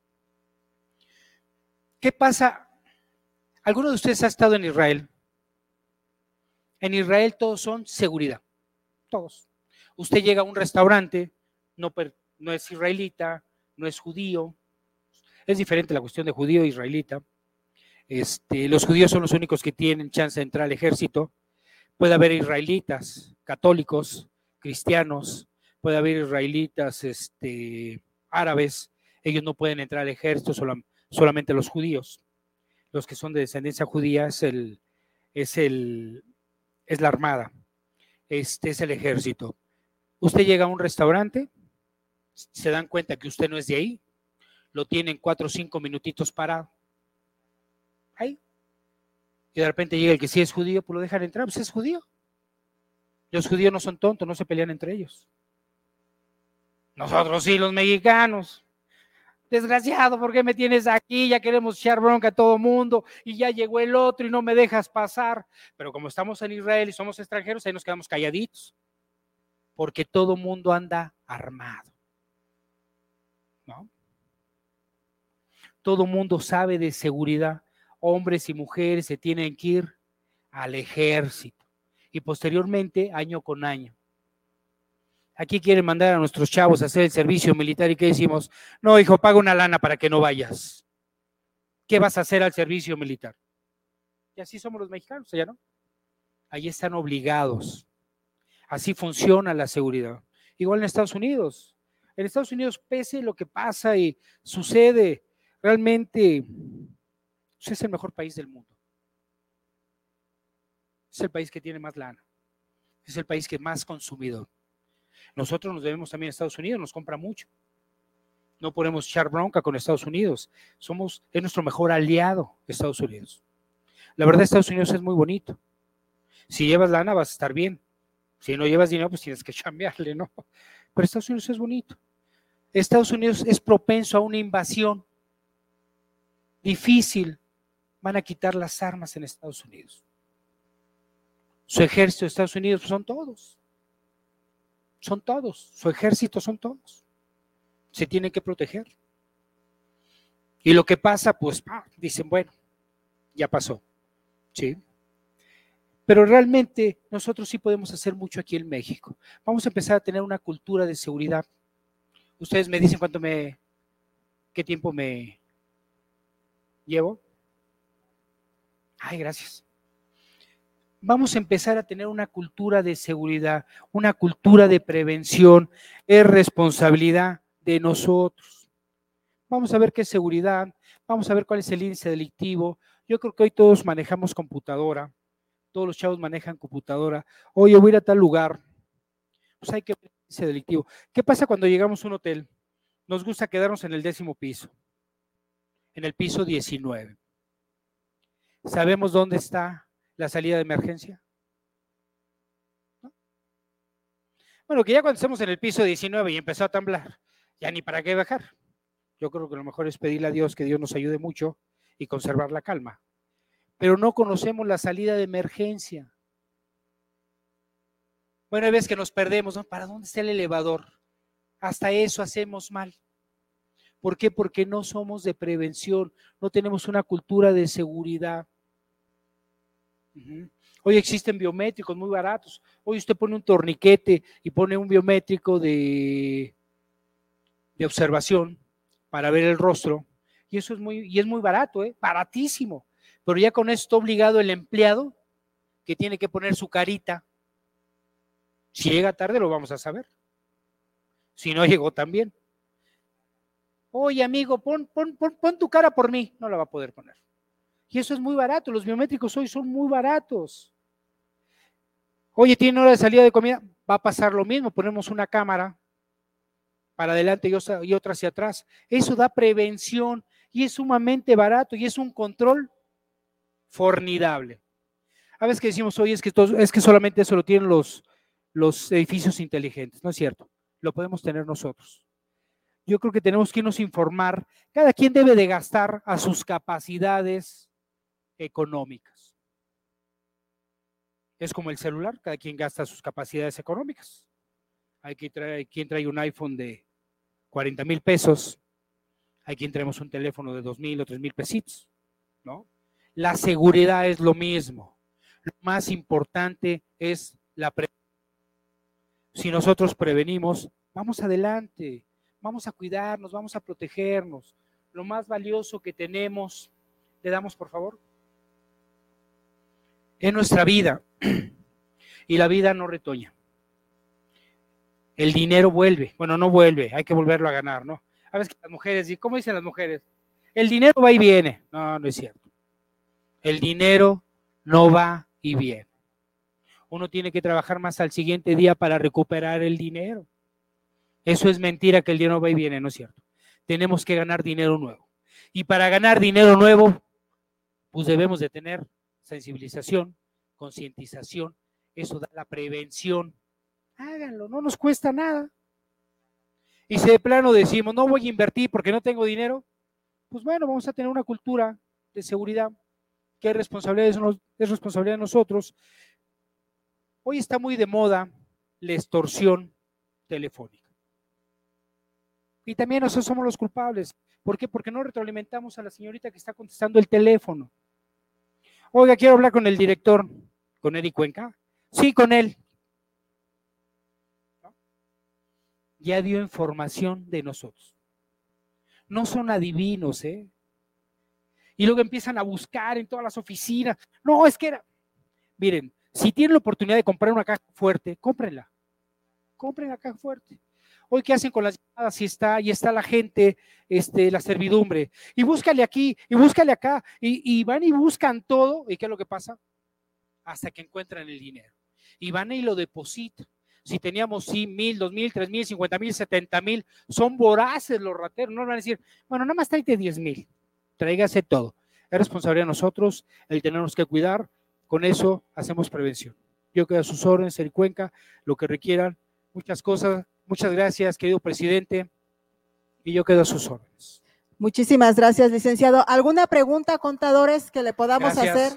¿Qué pasa? ¿Alguno de ustedes ha estado en Israel? En Israel todos son seguridad, todos. Usted llega a un restaurante, no es israelita, no es judío, Es diferente la cuestión de judío e israelita. Los judíos son los únicos que tienen chance de entrar al ejército. Puede haber israelitas, católicos, cristianos, puede haber israelitas, árabes. Ellos no pueden entrar al ejército, solamente los judíos. Los que son de descendencia judía es la armada, es el ejército. Usted llega a un restaurante, se dan cuenta que usted no es de ahí, lo tienen 4 o 5 minutitos parado. Ahí. Y de repente llega el que sí es judío, pues lo dejan entrar, pues es judío. Los judíos no son tontos, no se pelean entre ellos. Nosotros sí, los mexicanos. Desgraciado, ¿por qué me tienes aquí? Ya queremos echar bronca a todo mundo y ya llegó el otro y no me dejas pasar. Pero como estamos en Israel y somos extranjeros, ahí nos quedamos calladitos. Porque todo mundo anda armado, ¿no? Todo mundo sabe de seguridad. Hombres y mujeres se tienen que ir al ejército y posteriormente año con año. Aquí quieren mandar a nuestros chavos a hacer el servicio militar y ¿qué decimos? No, hijo, paga una lana para que no vayas. ¿Qué vas a hacer al servicio militar? Y así somos los mexicanos, ¿ya no? Ahí están obligados. Así funciona la seguridad. Igual en Estados Unidos. En Estados Unidos, pese a lo que pasa y sucede, realmente es el mejor país del mundo. Es el país que tiene más lana. Es el país que más consumidor. Nosotros nos debemos también a Estados Unidos, nos compra mucho. No podemos echar bronca con Estados Unidos. Es nuestro mejor aliado, Estados Unidos. La verdad, Estados Unidos es muy bonito. Si llevas lana, vas a estar bien. Si no llevas dinero, pues tienes que chambearle, ¿no? Pero Estados Unidos es bonito. Estados Unidos es propenso a una invasión difícil. Van a quitar las armas en Estados Unidos. Su ejército de Estados Unidos pues son todos. Son todos. Su ejército son todos. Se tienen que proteger. Y lo que pasa, pues, dicen, bueno, ya pasó. ¿Sí? Pero realmente nosotros sí podemos hacer mucho aquí en México. Vamos a empezar a tener una cultura de seguridad. Ustedes me dicen qué tiempo me llevo. Ay, gracias. Vamos a empezar a tener una cultura de seguridad, una cultura de prevención. Es responsabilidad de nosotros. Vamos a ver qué es seguridad, vamos a ver cuál es el índice delictivo. Yo creo que hoy todos manejamos computadora, todos los chavos manejan computadora. Oye, voy a ir a tal lugar, pues hay que ver el índice delictivo. ¿Qué pasa cuando llegamos a un hotel? Nos gusta quedarnos en el 10º piso, en el piso 19. ¿Sabemos dónde está la salida de emergencia? ¿No? Bueno, que ya cuando estemos en el piso 19 y empezó a temblar, ya ni para qué bajar. Yo creo que lo mejor es pedirle a Dios que Dios nos ayude mucho y conservar la calma. Pero no conocemos la salida de emergencia. Bueno, hay veces que nos perdemos, ¿no? ¿Para dónde está el elevador? Hasta eso hacemos mal. ¿Por qué? Porque no somos de prevención, no tenemos una cultura de seguridad. Hoy existen biométricos muy baratos. Hoy usted pone un torniquete y pone un biométrico de observación para ver el rostro, y eso es muy barato, baratísimo, pero ya con esto obligado el empleado que tiene que poner su carita. Si llega tarde lo vamos a saber, si no llegó también. Oye amigo, pon tu cara por mí, no la va a poder poner. Y eso es muy barato, los biométricos hoy son muy baratos. Oye, ¿tiene hora de salida de comida? Va a pasar lo mismo, ponemos una cámara para adelante y otra hacia atrás. Eso da prevención y es sumamente barato y es un control formidable. A veces que decimos, oye, es que solamente eso lo tienen los edificios inteligentes. No es cierto, lo podemos tener nosotros. Yo creo que tenemos que irnos a informar. Cada quien debe de gastar a sus capacidades económicas. Es como el celular, cada quien gasta sus capacidades económicas. Hay quien trae un iPhone de 40,000 pesos, hay quien traemos un teléfono de 2,000 o 3,000 pesitos, ¿no? La seguridad es lo mismo. Lo más importante es la prevención. Si nosotros prevenimos, vamos adelante, vamos a cuidarnos, vamos a protegernos. lo más valioso que tenemos, le damos por favor, es nuestra vida. Y la vida no retoña. El dinero vuelve, bueno, no vuelve, hay que volverlo a ganar, ¿no? A veces las mujeres, ¿cómo dicen las mujeres? El dinero va y viene. No, no es cierto. El dinero no va y viene. Uno tiene que trabajar más al siguiente día para recuperar el dinero. Eso es mentira, que el dinero va y viene, no es cierto. Tenemos que ganar dinero nuevo. Y para ganar dinero nuevo, pues debemos de tener sensibilización, concientización. Eso da la prevención. Háganlo, no nos cuesta nada. Y si de plano decimos, no voy a invertir porque no tengo dinero, pues bueno, vamos a tener una cultura de seguridad que es responsabilidad de nosotros. Hoy está muy de moda la extorsión telefónica. Y también nosotros somos los culpables. ¿Por qué? Porque no retroalimentamos a la señorita que está contestando el teléfono. Oiga, quiero hablar con el director. ¿Con Eric Cuenca? Sí, con él. ¿No? Ya dio información de nosotros. No son adivinos, ¿eh? Y luego empiezan a buscar en todas las oficinas. No, es que era... Miren, si tienen la oportunidad de comprar una caja fuerte, cómprenla. Compren la caja fuerte. Hoy, ¿qué hacen con las llamadas? Y está la gente, la servidumbre, y búscale aquí, y búscale acá, y van y buscan todo, ¿y qué es lo que pasa? Hasta que encuentran el dinero. Y van y lo depositan. Si teníamos 1,000, 2,000, 3,000, 50,000, 70,000, son voraces los rateros, no van a decir, bueno, nada más tráete 10,000, tráigase todo. Es responsabilidad de nosotros el tenernos que cuidar, con eso hacemos prevención. Yo quedo a sus órdenes, Eric Cuenca, lo que requieran, muchas cosas. Muchas gracias, querido presidente, y yo quedo a sus órdenes. Muchísimas gracias, licenciado. ¿Alguna pregunta, contadores, que le podamos hacer?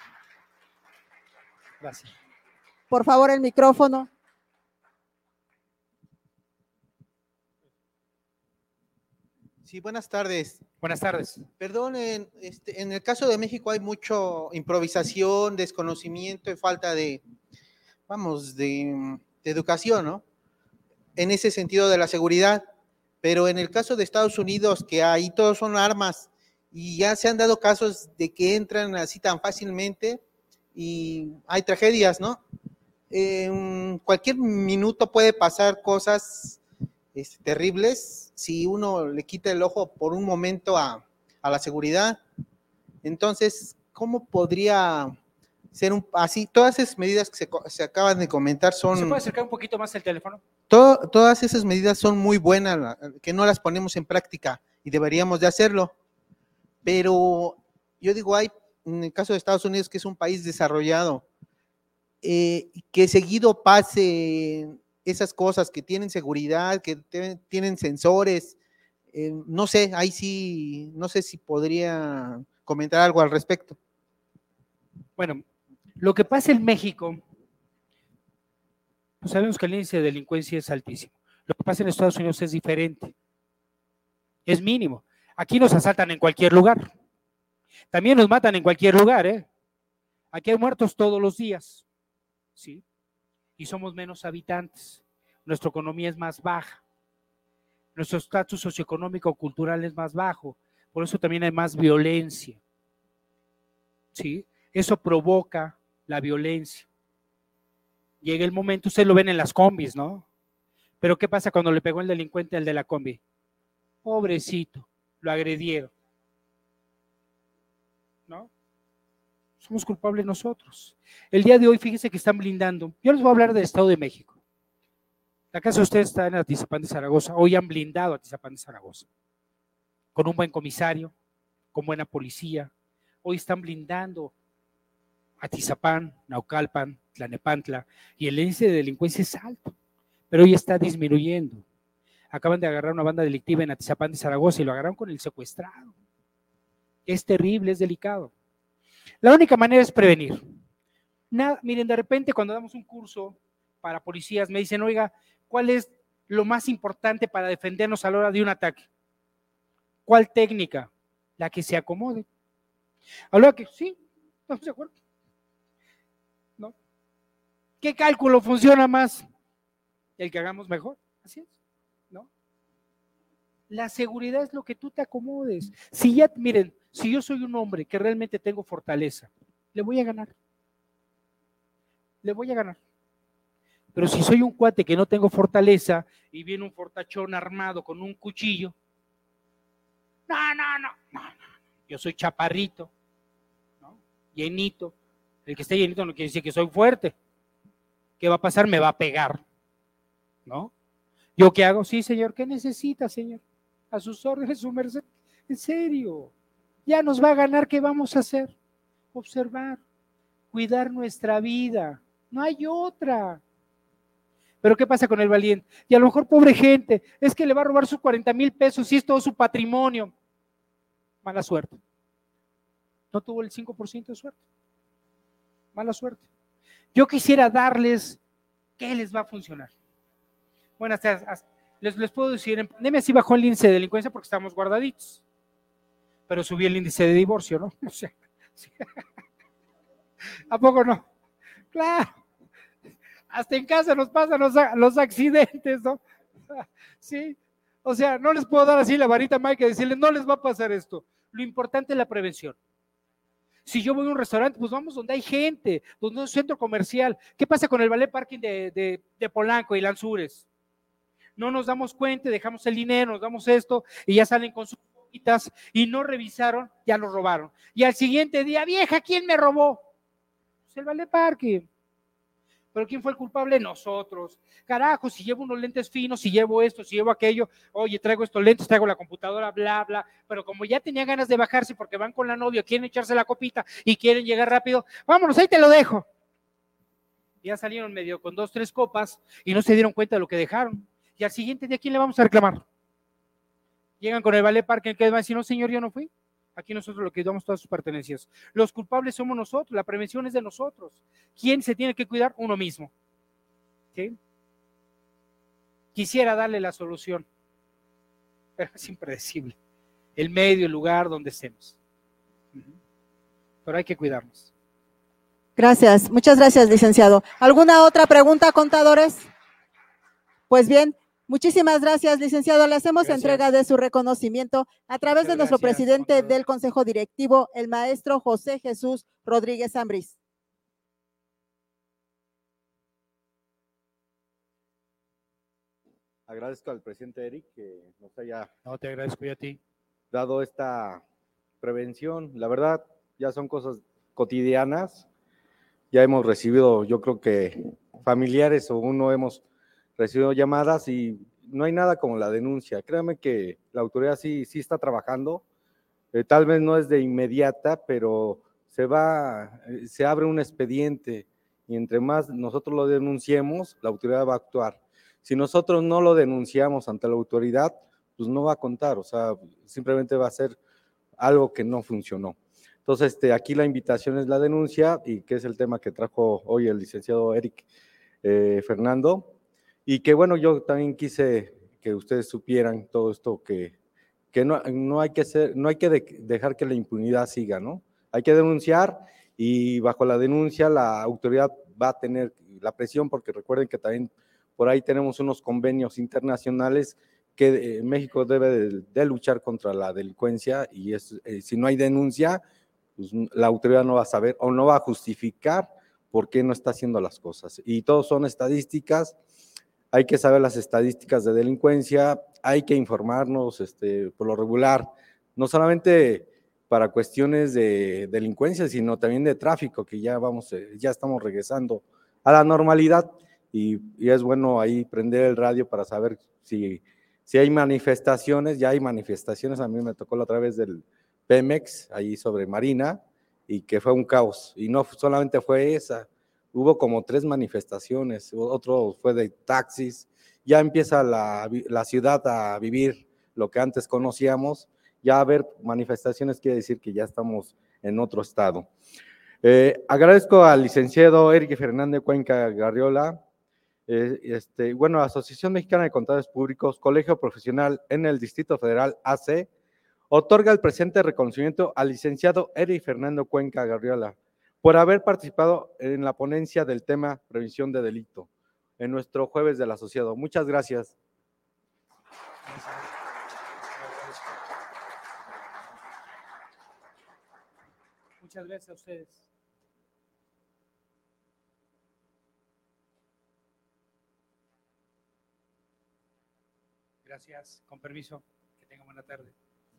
Gracias. Por favor, el micrófono. Sí, buenas tardes. Buenas tardes. Perdón, en el caso de México hay mucho improvisación, desconocimiento y falta de educación, ¿no? En ese sentido de la seguridad, pero en el caso de Estados Unidos, que ahí todos son armas y ya se han dado casos de que entran así tan fácilmente y hay tragedias, ¿no? En cualquier minuto puede pasar cosas terribles si uno le quita el ojo por un momento a la seguridad. Entonces, ¿cómo podría ser así? Todas esas medidas que se acaban de comentar son... ¿Se puede acercar un poquito más el teléfono? Todas esas medidas son muy buenas, que no las ponemos en práctica y deberíamos de hacerlo. Pero yo digo, en el caso de Estados Unidos, que es un país desarrollado, que seguido pase esas cosas, que tienen seguridad, que tienen sensores, no sé, ahí sí, no sé si podría comentar algo al respecto. Bueno, lo que pasa en México, pues sabemos que el índice de delincuencia es altísimo. Lo que pasa en Estados Unidos es diferente, es mínimo. Aquí nos asaltan en cualquier lugar, también nos matan en cualquier lugar, ¿eh? Aquí hay muertos todos los días, ¿sí? Y somos menos habitantes, nuestra economía es más baja, nuestro estatus socioeconómico cultural es más bajo, por eso también hay más violencia, ¿sí? Eso provoca la violencia. Llega el momento, ustedes lo ven en las combis, ¿no? Pero ¿qué pasa cuando le pegó el delincuente al de la combi? Pobrecito, lo agredieron, ¿no? Somos culpables nosotros. El día de hoy, fíjense que están blindando. Yo les voy a hablar del Estado de México. La casa de ustedes está en Atizapán de Zaragoza. Hoy han blindado a Atizapán de Zaragoza. Con un buen comisario, con buena policía. Hoy están blindando Atizapán, Naucalpan, Tlanepantla, y el índice de delincuencia es alto, pero hoy está disminuyendo. Acaban de agarrar una banda delictiva en Atizapán de Zaragoza y lo agarraron con el secuestrado. Es terrible, es delicado. La única manera es prevenir. Miren, de repente cuando damos un curso para policías me dicen, oiga, ¿cuál es lo más importante para defendernos a la hora de un ataque? ¿Cuál técnica? La que se acomode. A la hora que sí, estamos de acuerdo. ¿No? ¿Qué cálculo funciona más? El que hagamos mejor, así es, ¿no? La seguridad es lo que tú te acomodes. Si ya, miren, si yo soy un hombre que realmente tengo fortaleza, le voy a ganar. Le voy a ganar. Pero si soy un cuate que no tengo fortaleza y viene un fortachón armado con un cuchillo, no. Yo soy chaparrito, ¿no? Llenito. El que esté llenito no quiere decir que soy fuerte. ¿Qué va a pasar? Me va a pegar, ¿no? ¿Yo qué hago? Sí, señor. ¿Qué necesita, señor? A sus órdenes, su merced. En serio. Ya nos va a ganar. ¿Qué vamos a hacer? Observar. Cuidar nuestra vida. No hay otra. Pero ¿qué pasa con el valiente? Y a lo mejor, pobre gente, es que le va a robar sus 40,000 pesos y es todo su patrimonio. Mala suerte. No tuvo el 5% de suerte. Mala suerte. Yo quisiera darles qué les va a funcionar. Bueno, les puedo decir, en pandemia sí bajó el índice de delincuencia porque estábamos guardaditos, pero subió el índice de divorcio, ¿no? O sea, sí. ¿A poco no? Claro. Hasta en casa nos pasan los accidentes, ¿no? Sí. O sea, no les puedo dar así la varita mágica y decirles, no les va a pasar esto. Lo importante es la prevención. Si yo voy a un restaurante, pues vamos donde hay gente, donde hay un centro comercial. ¿Qué pasa con el ballet parking de Polanco y Lanzures? No nos damos cuenta, dejamos el dinero, nos damos esto y ya salen con sus boquitas y no revisaron, ya lo robaron. Y al siguiente día, vieja, ¿quién me robó? Pues el ballet parking. ¿Pero quién fue el culpable? Nosotros. Carajo, si llevo unos lentes finos, si llevo esto, si llevo aquello, oye, traigo estos lentes, traigo la computadora, bla, bla, pero como ya tenía ganas de bajarse porque van con la novia, quieren echarse la copita y quieren llegar rápido, vámonos, ahí te lo dejo. Ya salieron medio con 2, 3 copas y no se dieron cuenta de lo que dejaron. Y al siguiente día, ¿quién le vamos a reclamar? Llegan con el ballet parking, que va a decir, no, señor, yo no fui. Aquí nosotros lo que damos todas sus pertenencias. Los culpables somos nosotros, la prevención es de nosotros. ¿Quién se tiene que cuidar? Uno mismo. ¿Sí? Quisiera darle la solución, pero es impredecible. El medio, el lugar donde estemos. Pero hay que cuidarnos. Gracias, muchas gracias, licenciado. ¿Alguna otra pregunta, contadores? Pues bien, muchísimas gracias, licenciado. Le hacemos entrega de su reconocimiento a través de nuestro presidente del Consejo Directivo, el maestro José Jesús Rodríguez Ambriz. Agradezco al presidente Eric que nos haya No, te agradezco yo a ti. dado esta prevención. La verdad, ya son cosas cotidianas. Ya hemos recibido, yo creo que familiares o uno hemos recibido llamadas y no hay nada como la denuncia. Créanme que la autoridad sí está trabajando. Tal vez no es de inmediata, pero se abre un expediente y entre más nosotros lo denunciemos, la autoridad va a actuar. Si nosotros no lo denunciamos ante la autoridad, pues no va a contar, o sea, simplemente va a ser algo que no funcionó. Entonces, aquí la invitación es la denuncia y que es el tema que trajo hoy el licenciado Eric Fernando. Y que bueno, yo también quise que ustedes supieran todo esto que no hay que dejar que la impunidad siga, ¿no? Hay que denunciar y bajo la denuncia la autoridad va a tener la presión, porque recuerden que también por ahí tenemos unos convenios internacionales que México debe de luchar contra la delincuencia y si no hay denuncia, pues la autoridad no va a saber o no va a justificar por qué no está haciendo las cosas. Y todo son estadísticas, hay que saber las estadísticas de delincuencia, hay que informarnos por lo regular, no solamente para cuestiones de delincuencia, sino también de tráfico, que ya estamos regresando a la normalidad y es bueno ahí prender el radio para saber si hay manifestaciones. Ya hay manifestaciones, a mí me tocó la otra vez del Pemex, ahí sobre Marina, y que fue un caos, y no solamente fue esa, hubo como 3 manifestaciones, otro fue de taxis, ya empieza la ciudad a vivir lo que antes conocíamos, ya haber manifestaciones quiere decir que ya estamos en otro estado. Agradezco al licenciado Eric Fernández Cuenca Garriola, bueno, Asociación Mexicana de Contadores Públicos, Colegio Profesional en el Distrito Federal AC, otorga el presente reconocimiento al licenciado Eric Fernando Cuenca Garriola por haber participado en la ponencia del tema prevención de delito en nuestro jueves del asociado. Muchas gracias. Muchas gracias a ustedes. Gracias. Con permiso. Que tengan buena tarde.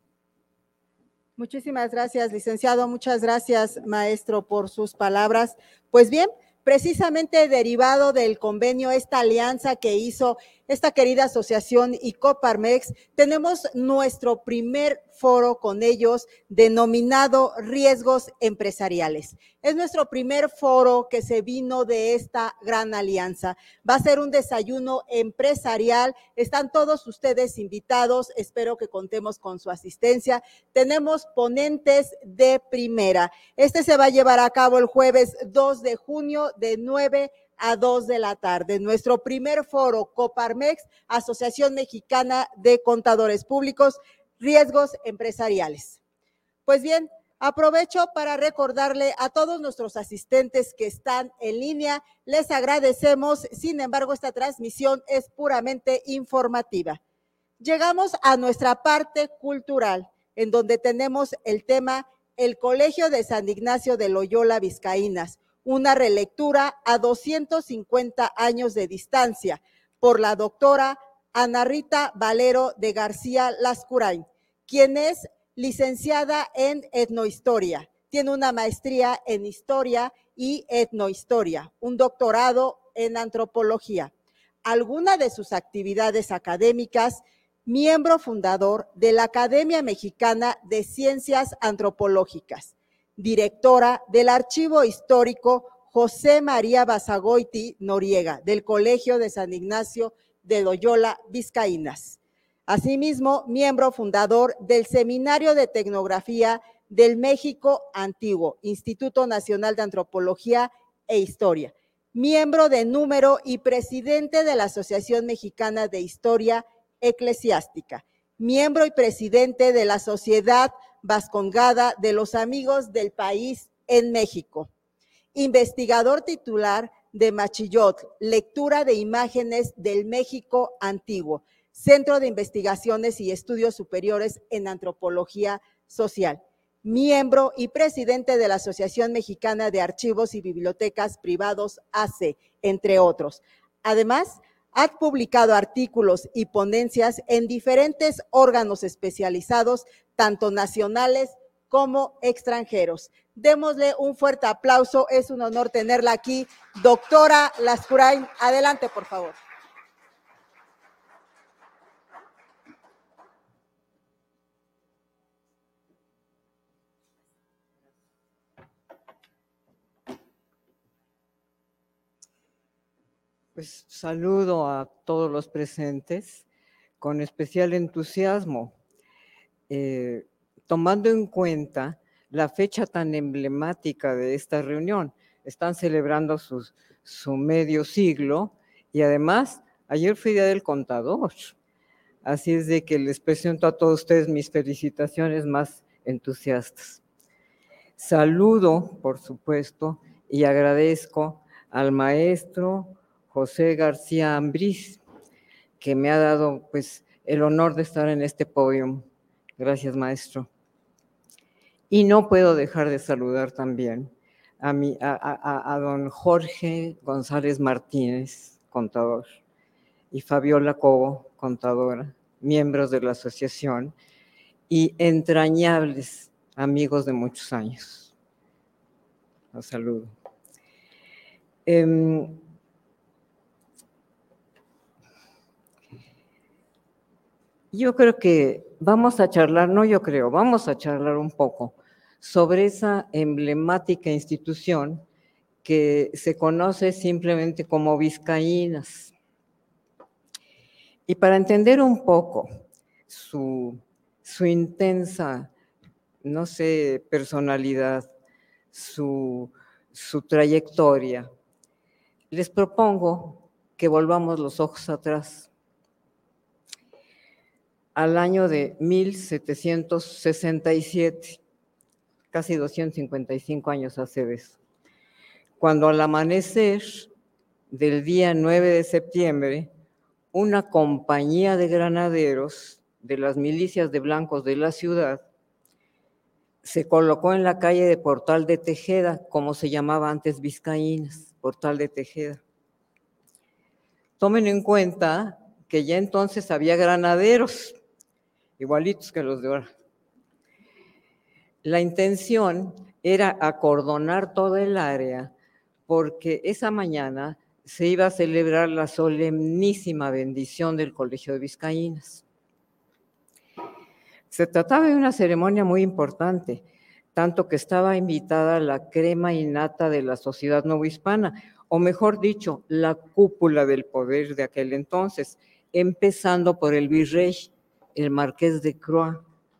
Muchísimas gracias, licenciado. Muchas gracias, maestro, por sus palabras. Pues bien, precisamente derivado del convenio, esta alianza que hizo esta querida asociación y Coparmex, tenemos nuestro primer foro con ellos denominado Riesgos Empresariales. Es nuestro primer foro que se vino de esta gran alianza. Va a ser un desayuno empresarial. Están todos ustedes invitados. Espero que contemos con su asistencia. Tenemos ponentes de primera. Este se va a llevar a cabo el jueves 2 de junio de 9 a 2 de la tarde. Nuestro primer foro, Coparmex, Asociación Mexicana de Contadores Públicos, Riesgos Empresariales. Pues bien, aprovecho para recordarle a todos nuestros asistentes que están en línea, les agradecemos. Sin embargo, esta transmisión es puramente informativa. Llegamos a nuestra parte cultural, en donde tenemos el tema El Colegio de San Ignacio de Loyola Vizcaínas, una relectura a 250 años de distancia, por la doctora Ana Rita Valero de García Lascurain, quien es licenciada en etnohistoria, tiene una maestría en historia y etnohistoria, un doctorado en antropología. Alguna de sus actividades académicas: miembro fundador de la Academia Mexicana de Ciencias Antropológicas, directora del Archivo Histórico José María Basagoiti Noriega, del Colegio de San Ignacio de Loyola Vizcaínas. Asimismo, miembro fundador del Seminario de Tecnografía del México Antiguo, Instituto Nacional de Antropología e Historia, miembro de número y presidente de la Asociación Mexicana de Historia Eclesiástica, miembro y presidente de la Sociedad Vascongada de los Amigos del País en México, investigador titular de Machillot, lectura de imágenes del México Antiguo, Centro de Investigaciones y Estudios Superiores en Antropología Social, miembro y presidente de la Asociación Mexicana de Archivos y Bibliotecas Privados, AC, entre otros. Además, ha publicado artículos y ponencias en diferentes órganos especializados, tanto nacionales como extranjeros. Démosle un fuerte aplauso, es un honor tenerla aquí. Doctora Lascurain, adelante, por favor. Pues saludo a todos los presentes con especial entusiasmo, tomando en cuenta la fecha tan emblemática de esta reunión. Están celebrando su medio siglo y además ayer fue Día del Contador. Así es de que les presento a todos ustedes mis felicitaciones más entusiastas. Saludo, por supuesto, y agradezco al maestro José García Ambriz, que me ha dado pues el honor de estar en este podio. Gracias, maestro. Y no puedo dejar de saludar también a don Jorge González Martínez, contador, y Fabiola Cobo, contadora, miembros de la asociación y entrañables amigos de muchos años. Los saludo. Yo creo que vamos a charlar un poco sobre esa emblemática institución que se conoce simplemente como Vizcaínas. Y para entender un poco su intensa, no sé, personalidad, su trayectoria, les propongo que volvamos los ojos atrás al año de 1767, casi 255 años hace de eso, cuando al amanecer del día 9 de septiembre, una compañía de granaderos de las milicias de blancos de la ciudad se colocó en la calle de Portal de Tejeda, como se llamaba antes Vizcaínas, Portal de Tejeda. Tomen en cuenta que ya entonces había granaderos, igualitos que los de ahora. La intención era acordonar todo el área porque esa mañana se iba a celebrar la solemnísima bendición del Colegio de Vizcaínas. Se trataba de una ceremonia muy importante, tanto que estaba invitada la crema innata de la sociedad novohispana, o mejor dicho, la cúpula del poder de aquel entonces, empezando por el virrey, el marqués de Croix.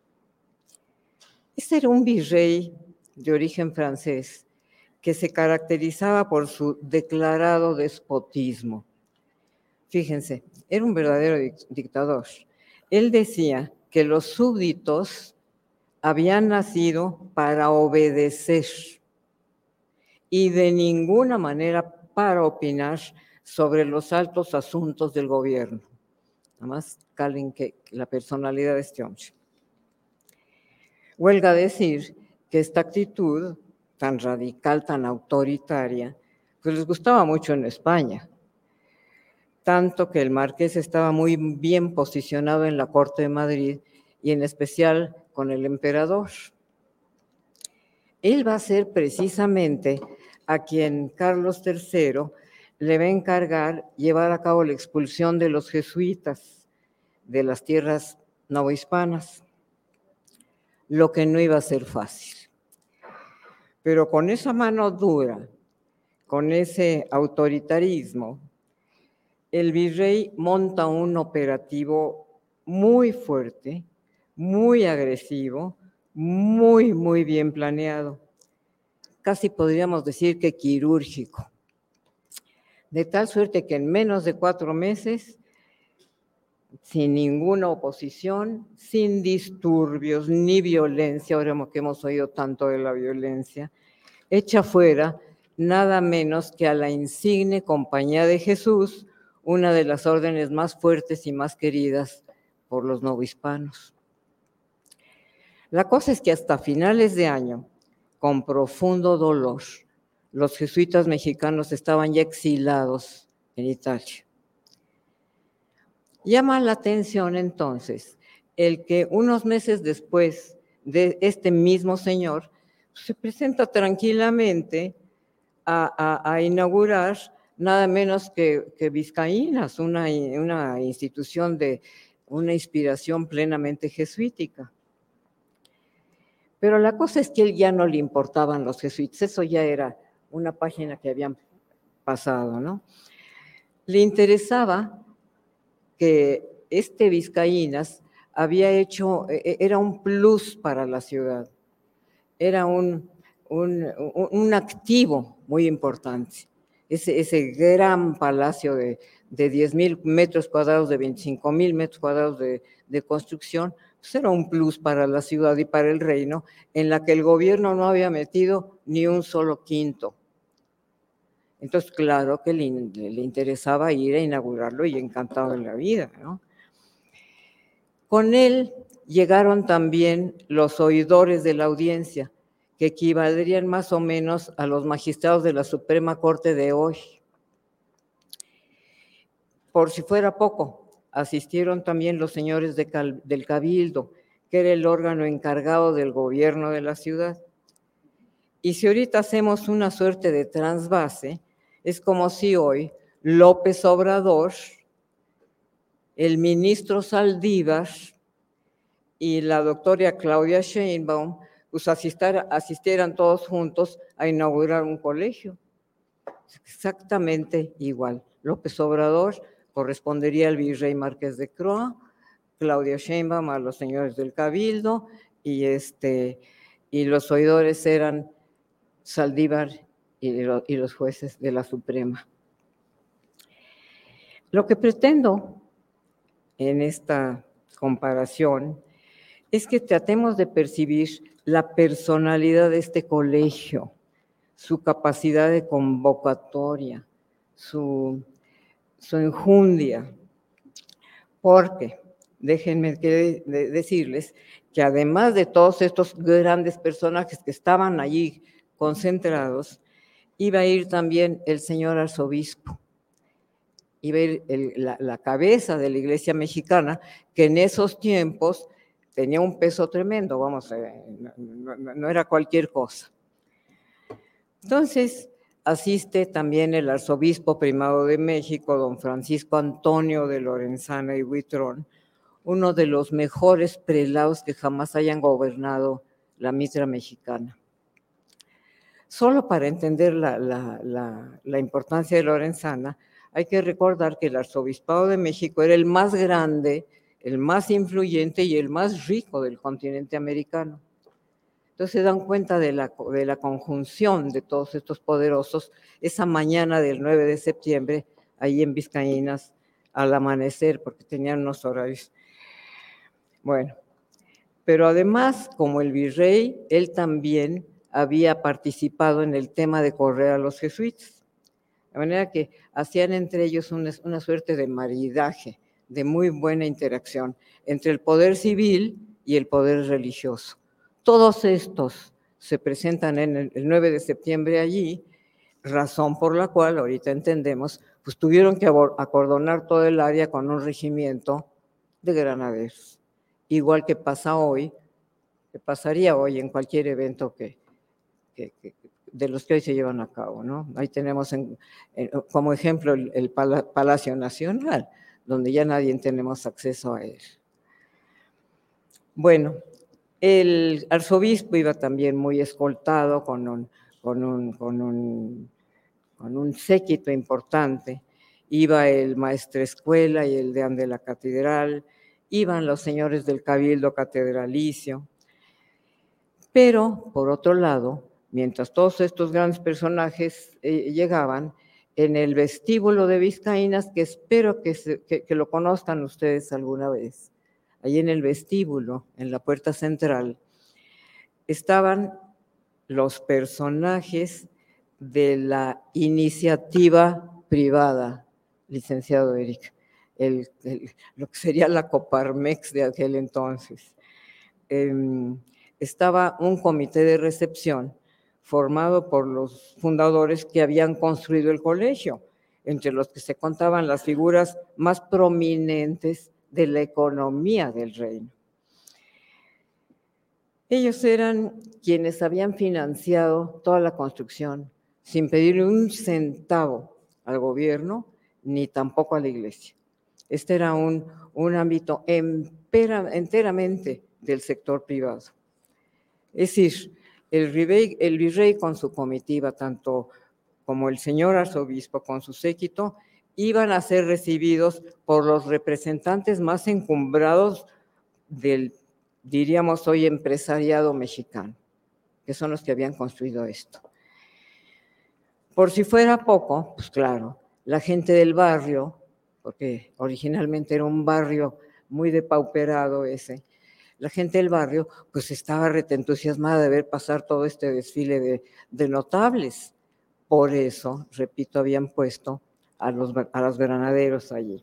Este era un virrey de origen francés que se caracterizaba por su declarado despotismo. Fíjense, era un verdadero dictador. Él decía que los súbditos habían nacido para obedecer y de ninguna manera para opinar sobre los altos asuntos del gobierno. Nada más calen que la personalidad de este hombre. Huelga decir que esta actitud tan radical, tan autoritaria, pues les gustaba mucho en España, tanto que el marqués estaba muy bien posicionado en la corte de Madrid y en especial con el emperador. Él va a ser precisamente a quien Carlos III le va a encargar llevar a cabo la expulsión de los jesuitas de las tierras novohispanas, lo que no iba a ser fácil. Pero con esa mano dura, con ese autoritarismo, el virrey monta un operativo muy fuerte, muy agresivo, muy bien planeado. Casi podríamos decir que quirúrgico. De tal suerte que en menos de 4 meses, sin ninguna oposición, sin disturbios ni violencia, ahora que hemos oído tanto de la violencia, echa fuera nada menos que a la insigne Compañía de Jesús, una de las órdenes más fuertes y más queridas por los novohispanos. La cosa es que hasta finales de año, con profundo dolor, los jesuitas mexicanos estaban ya exilados en Italia. Llama la atención entonces el que unos meses después de este mismo señor se presenta tranquilamente a inaugurar nada menos que Vizcaínas, una institución de una inspiración plenamente jesuítica. Pero la cosa es que él ya no le importaban los jesuitas, eso ya era una página que habían pasado, ¿no? Le interesaba que este Vizcaínas había hecho, era un plus para la ciudad, era un activo muy importante. Ese gran palacio de 10,000 metros cuadrados, de 25,000 metros cuadrados de construcción, pues era un plus para la ciudad y para el reino, en la que el gobierno no había metido ni un solo quinto. Entonces, claro que le interesaba ir a inaugurarlo y encantado de la vida, ¿no? Con él llegaron también los oidores de la audiencia, que equivaldrían más o menos a los magistrados de la Suprema Corte de hoy. Por si fuera poco, asistieron también los señores del Cabildo, que era el órgano encargado del gobierno de la ciudad. Y si ahorita hacemos una suerte de trasvase, es como si hoy López Obrador, el ministro Saldívar y la doctora Claudia Sheinbaum pues asistieran todos juntos a inaugurar un colegio. Exactamente igual. López Obrador correspondería al virrey Marqués de Croix, Claudia Sheinbaum a los señores del Cabildo y los oidores eran Saldívar y los jueces de la Suprema. Lo que pretendo en esta comparación es que tratemos de percibir la personalidad de este colegio, su capacidad de convocatoria, su enjundia, porque déjenme decirles que además de todos estos grandes personajes que estaban allí concentrados, iba a ir también el señor arzobispo, iba a ir la cabeza de la Iglesia mexicana, que en esos tiempos tenía un peso tremendo, vamos, no era cualquier cosa. Entonces, asiste también el arzobispo primado de México, don Francisco Antonio de Lorenzana y Huitrón, uno de los mejores prelados que jamás hayan gobernado la Mitra mexicana. Solo para entender la importancia de Lorenzana, hay que recordar que el arzobispado de México era el más grande, el más influyente y el más rico del continente americano. Entonces se dan cuenta de la conjunción de todos estos poderosos esa mañana del 9 de septiembre, ahí en Vizcaínas, al amanecer, porque tenían unos horarios. Bueno, pero además, como el virrey, él también había participado en el tema de correr a los jesuitas. De manera que hacían entre ellos una suerte de maridaje, de muy buena interacción entre el poder civil y el poder religioso. Todos estos se presentan en el 9 de septiembre allí, razón por la cual, ahorita entendemos, pues tuvieron que acordonar todo el área con un regimiento de granaderos. Igual que pasa hoy, que pasaría hoy en cualquier evento de los que hoy se llevan a cabo, ¿no? Ahí tenemos como ejemplo el Palacio Nacional, donde ya nadie tenemos acceso a él. Bueno, el arzobispo iba también muy escoltado con un séquito importante. Iba el maestrescuela y el deán de la catedral, iban los señores del cabildo catedralicio. Pero, por otro lado, mientras todos estos grandes personajes llegaban, en el vestíbulo de Vizcaínas, que espero que lo conozcan ustedes alguna vez, ahí en el vestíbulo, en la puerta central, estaban los personajes de la iniciativa privada, licenciado Eric, lo que sería la Coparmex de aquel entonces. Estaba un comité de recepción formado por los fundadores que habían construido el colegio, entre los que se contaban las figuras más prominentes de la economía del reino. Ellos eran quienes habían financiado toda la construcción sin pedirle un centavo al gobierno ni tampoco a la iglesia. Este era un ámbito enteramente del sector privado. Es decir, el virrey con su comitiva, tanto como el señor arzobispo con su séquito, iban a ser recibidos por los representantes más encumbrados del, diríamos hoy, empresariado mexicano, que son los que habían construido esto. Por si fuera poco, pues claro, la gente del barrio, porque originalmente era un barrio muy depauperado ese, la gente del barrio pues estaba entusiasmada de ver pasar todo este desfile de notables. Por eso, repito, habían puesto a los granaderos allí.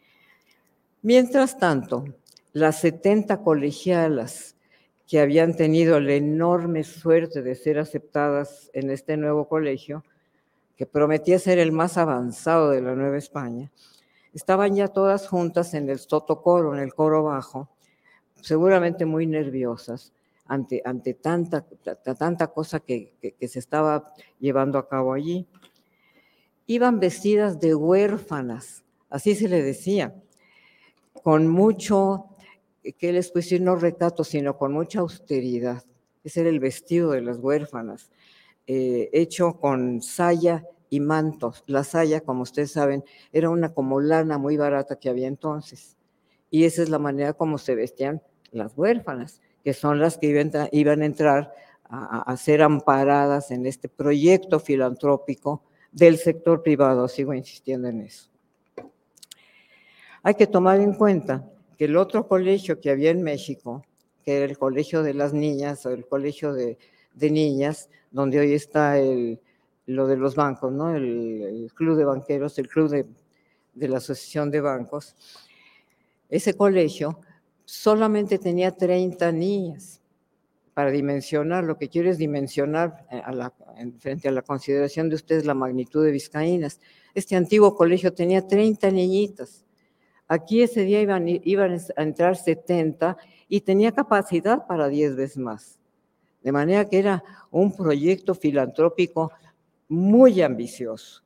Mientras tanto, las 70 colegialas que habían tenido la enorme suerte de ser aceptadas en este nuevo colegio, que prometía ser el más avanzado de la Nueva España, estaban ya todas juntas en el sotocoro, en el coro bajo, seguramente muy nerviosas ante tanta cosa que se estaba llevando a cabo allí. Iban vestidas de huérfanas, así se le decía, con mucho, ¿qué les puedo decir? No recato, sino con mucha austeridad. Ese era el vestido de las huérfanas, hecho con saya y mantos. La saya, como ustedes saben, era una como lana muy barata que había entonces. Y esa es la manera como se vestían las huérfanas, que son las que iban a entrar a ser amparadas en este proyecto filantrópico del sector privado. Sigo insistiendo en eso. Hay que tomar en cuenta que el otro colegio que había en México, que era el Colegio de las Niñas o el Colegio de Niñas, donde hoy está lo de los bancos, ¿no? El Club de Banqueros, el Club de la Asociación de Bancos, ese colegio solamente tenía 30 niñas. Para dimensionar, lo que quiero es dimensionar frente a la consideración de ustedes la magnitud de Vizcaínas. Este antiguo colegio tenía 30 niñitas. Aquí ese día iban a entrar 70 y tenía capacidad para 10 veces más. De manera que era un proyecto filantrópico muy ambicioso.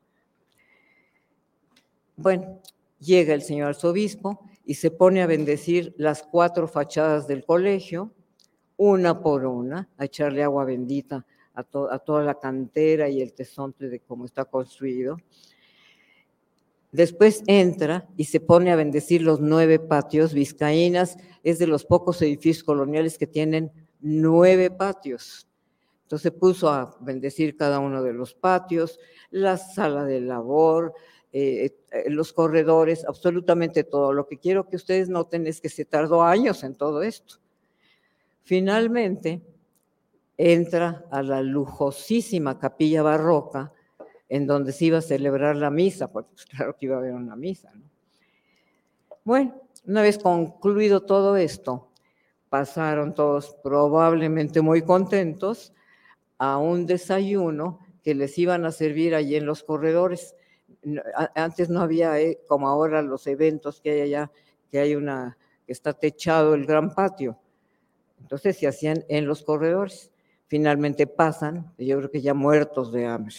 Bueno, llega el señor arzobispo y se pone a bendecir las 4 fachadas del colegio, una por una, a echarle agua bendita a toda la cantera y el tesontle de cómo está construido. Después entra y se pone a bendecir los 9 patios. Vizcaínas es de los pocos edificios coloniales que tienen 9 patios. Entonces puso a bendecir cada uno de los patios, la sala de labor, los corredores, absolutamente todo. Lo que quiero que ustedes noten es que se tardó años en todo esto. Finalmente entra a la lujosísima capilla barroca en donde se iba a celebrar la misa, porque pues, claro que iba a haber una misa, ¿no? Bueno, una vez concluido todo esto, pasaron todos probablemente muy contentos a un desayuno que les iban a servir allí en los corredores. Antes no había, como ahora, los eventos que hay allá, que está techado el gran patio. Entonces se hacían en los corredores. Finalmente pasan, yo creo que ya muertos de hambre.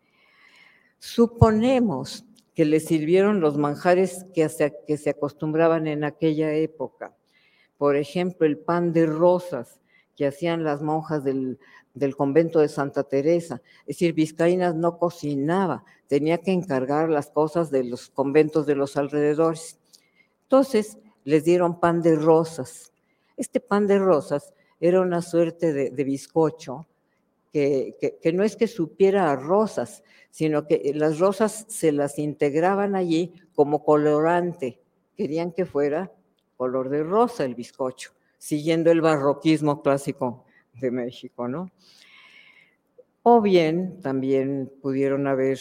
Suponemos que les sirvieron los manjares que se acostumbraban en aquella época. Por ejemplo, el pan de rosas que hacían las monjas del convento de Santa Teresa. Es decir, Vizcaínas no cocinaba, tenía que encargar las cosas de los conventos de los alrededores. Entonces, les dieron pan de rosas. Este pan de rosas era una suerte de bizcocho que no es que supiera a rosas, sino que las rosas se las integraban allí como colorante. Querían que fuera color de rosa el bizcocho, siguiendo el barroquismo clásico de México, ¿no? O bien también pudieron haber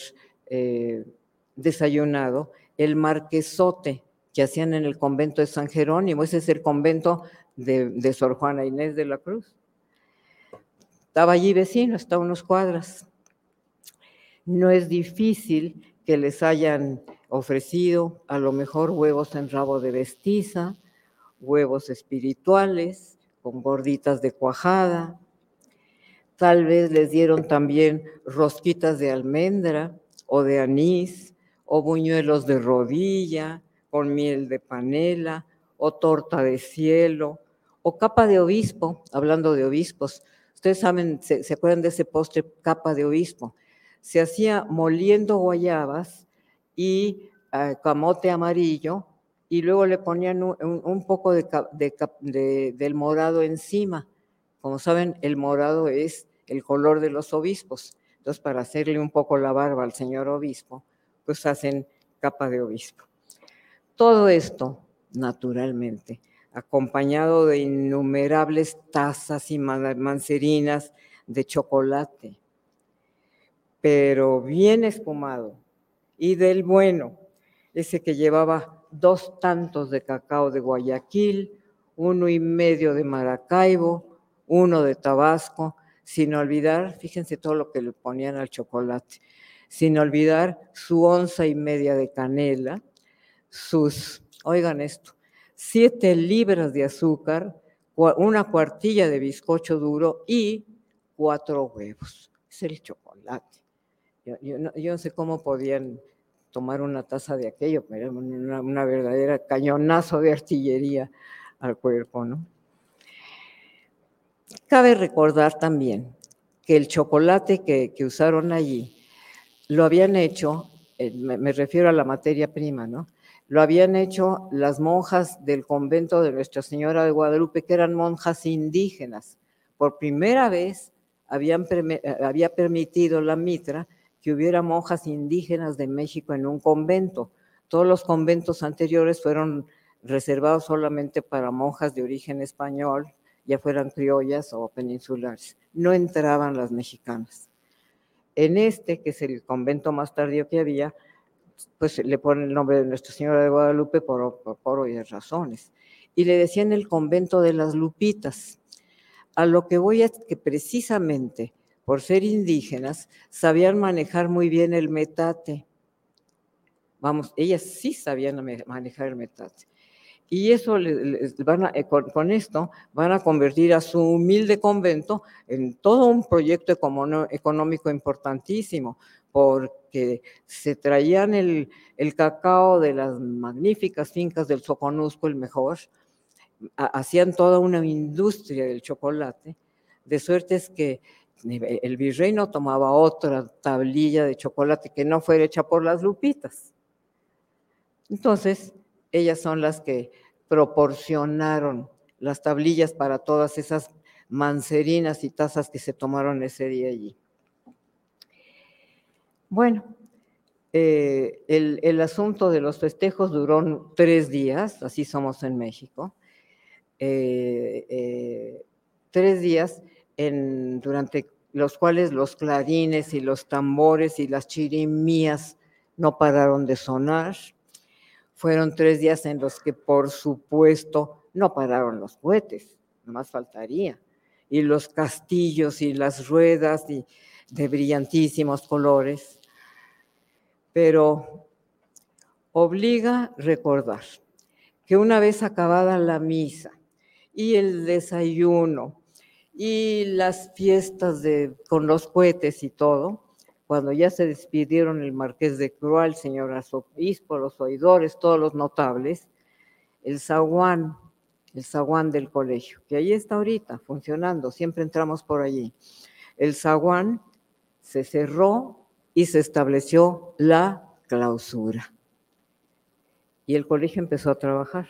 desayunado el marquesote que hacían en el convento de San Jerónimo. Ese es el convento de Sor Juana Inés de la Cruz. Estaba allí vecino, está a unas cuadras. No es difícil que les hayan ofrecido a lo mejor huevos en rabo de vestiza, huevos espirituales con gorditas de cuajada. Tal vez les dieron también rosquitas de almendra o de anís, o buñuelos de rodilla con miel de panela, o torta de cielo, o capa de obispo. Hablando de obispos, ustedes saben, ¿se acuerdan de ese postre capa de obispo? Se hacía moliendo guayabas y camote amarillo, y luego le ponían un poco del morado encima. Como saben, el morado es el color de los obispos. Entonces, para hacerle un poco la barba al señor obispo, pues hacen capa de obispo. Todo esto, naturalmente, acompañado de innumerables tazas y mancerinas de chocolate, pero bien espumado, y del bueno, ese que llevaba 2 tantos de cacao de Guayaquil, 1,5 de Maracaibo, 1 de Tabasco, sin olvidar, fíjense todo lo que le ponían al chocolate, sin olvidar su 1,5 de canela, oigan esto, 7 libras de azúcar, 1 cuartilla de bizcocho duro y 4 huevos. Es el chocolate. Yo no sé cómo podían tomar una taza de aquello, pero era una verdadera cañonazo de artillería al cuerpo, ¿no? Cabe recordar también que el chocolate que usaron allí lo habían hecho, me refiero a la materia prima, ¿no? Lo habían hecho las monjas del convento de Nuestra Señora de Guadalupe, que eran monjas indígenas. Por primera vez había permitido la Mitra que hubiera monjas indígenas de México en un convento. Todos los conventos anteriores fueron reservados solamente para monjas de origen español, ya fueran criollas o peninsulares. No entraban las mexicanas. En este, que es el convento más tardío que había, pues le ponen el nombre de Nuestra Señora de Guadalupe por obvias razones. Y le decían el convento de las Lupitas. A lo que voy es que precisamente por ser indígenas sabían manejar muy bien el metate. Vamos, ellas sí sabían manejar el metate. Y eso con esto van a convertir a su humilde convento en todo un proyecto económico importantísimo, porque se traían el cacao de las magníficas fincas del Soconusco, el mejor, hacían toda una industria del chocolate, de suerte es que el virrey no tomaba otra tablilla de chocolate que no fuera hecha por las Lupitas. Entonces, ellas son las que proporcionaron las tablillas para todas esas mancerinas y tazas que se tomaron ese día allí. Bueno, el asunto de los festejos duró 3 días, así somos en México. 3 días durante los cuales los clarines y los tambores y las chirimías no pararon de sonar. Fueron 3 días en los que, por supuesto, no pararon los cohetes, no más faltaría, y los castillos y las ruedas de brillantísimos colores. Pero obliga recordar que una vez acabada la misa y el desayuno y las fiestas con los cohetes y todo, cuando ya se despidieron el marqués de Croix, el señor arzobispo, los oidores, todos los notables, el zaguán del colegio, que ahí está ahorita funcionando, siempre entramos por allí. El zaguán se cerró y se estableció la clausura. Y el colegio empezó a trabajar.